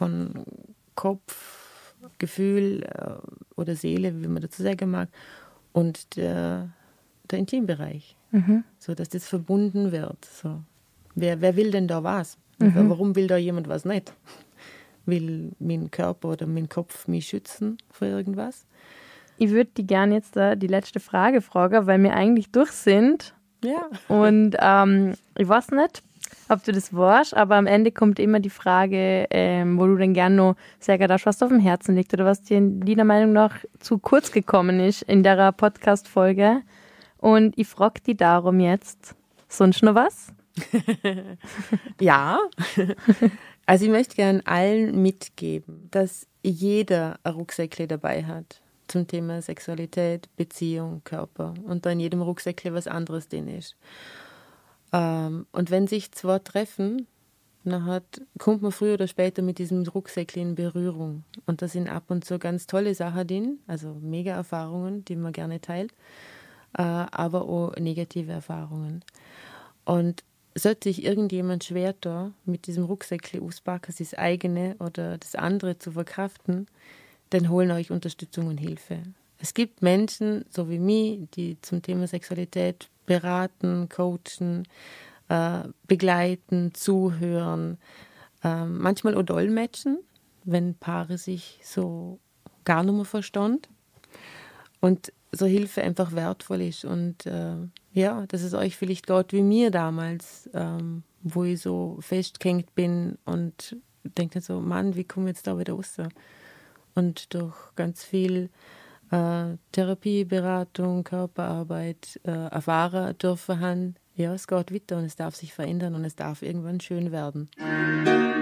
Kopf, Gefühl oder Seele, wie man dazu sagen mag, und der Intimbereich. So, dass das verbunden wird. So. Wer will denn da was? Warum will da jemand was nicht? Will mein Körper oder mein Kopf mich schützen vor irgendwas? Ich würde die gerne jetzt die letzte Frage fragen, weil wir eigentlich durch sind. Ja. Und ich weiß nicht, ob du das weißt, aber am Ende kommt immer die Frage, wo du dann gerne noch sagen darfst, was dir auf dem Herzen liegt oder was dir deiner Meinung nach zu kurz gekommen ist in der Podcast-Folge. Und ich frage dich darum jetzt, sonst noch was? Ja, also ich möchte gerne allen mitgeben, dass jeder ein Rucksäckchen dabei hat zum Thema Sexualität, Beziehung, Körper und da in jedem Rucksäckchen was anderes drin ist. Und wenn sich 2 treffen, dann kommt man früher oder später mit diesem Rucksäckchen in Berührung. Und da sind ab und zu ganz tolle Sachen drin, also mega Erfahrungen, die man gerne teilt, aber auch negative Erfahrungen. Und sollte sich irgendjemand schwer tun, mit diesem Rucksäckchen auspacken, das eigene oder das andere zu verkraften, dann holen euch Unterstützung und Hilfe. Es gibt Menschen, so wie mich, die zum Thema Sexualität beraten, coachen, begleiten, zuhören, manchmal auch dolmetschen, wenn Paare sich so gar nicht mehr verstehen. Und so Hilfe einfach wertvoll ist. Und dass es euch vielleicht geht wie mir damals, wo ich so festgehängt bin und denke so, Mann, wie komme ich jetzt da wieder raus? Und durch ganz viel Therapie, Beratung, Körperarbeit erfahren dürfen haben, ja, es geht weiter und es darf sich verändern und es darf irgendwann schön werden.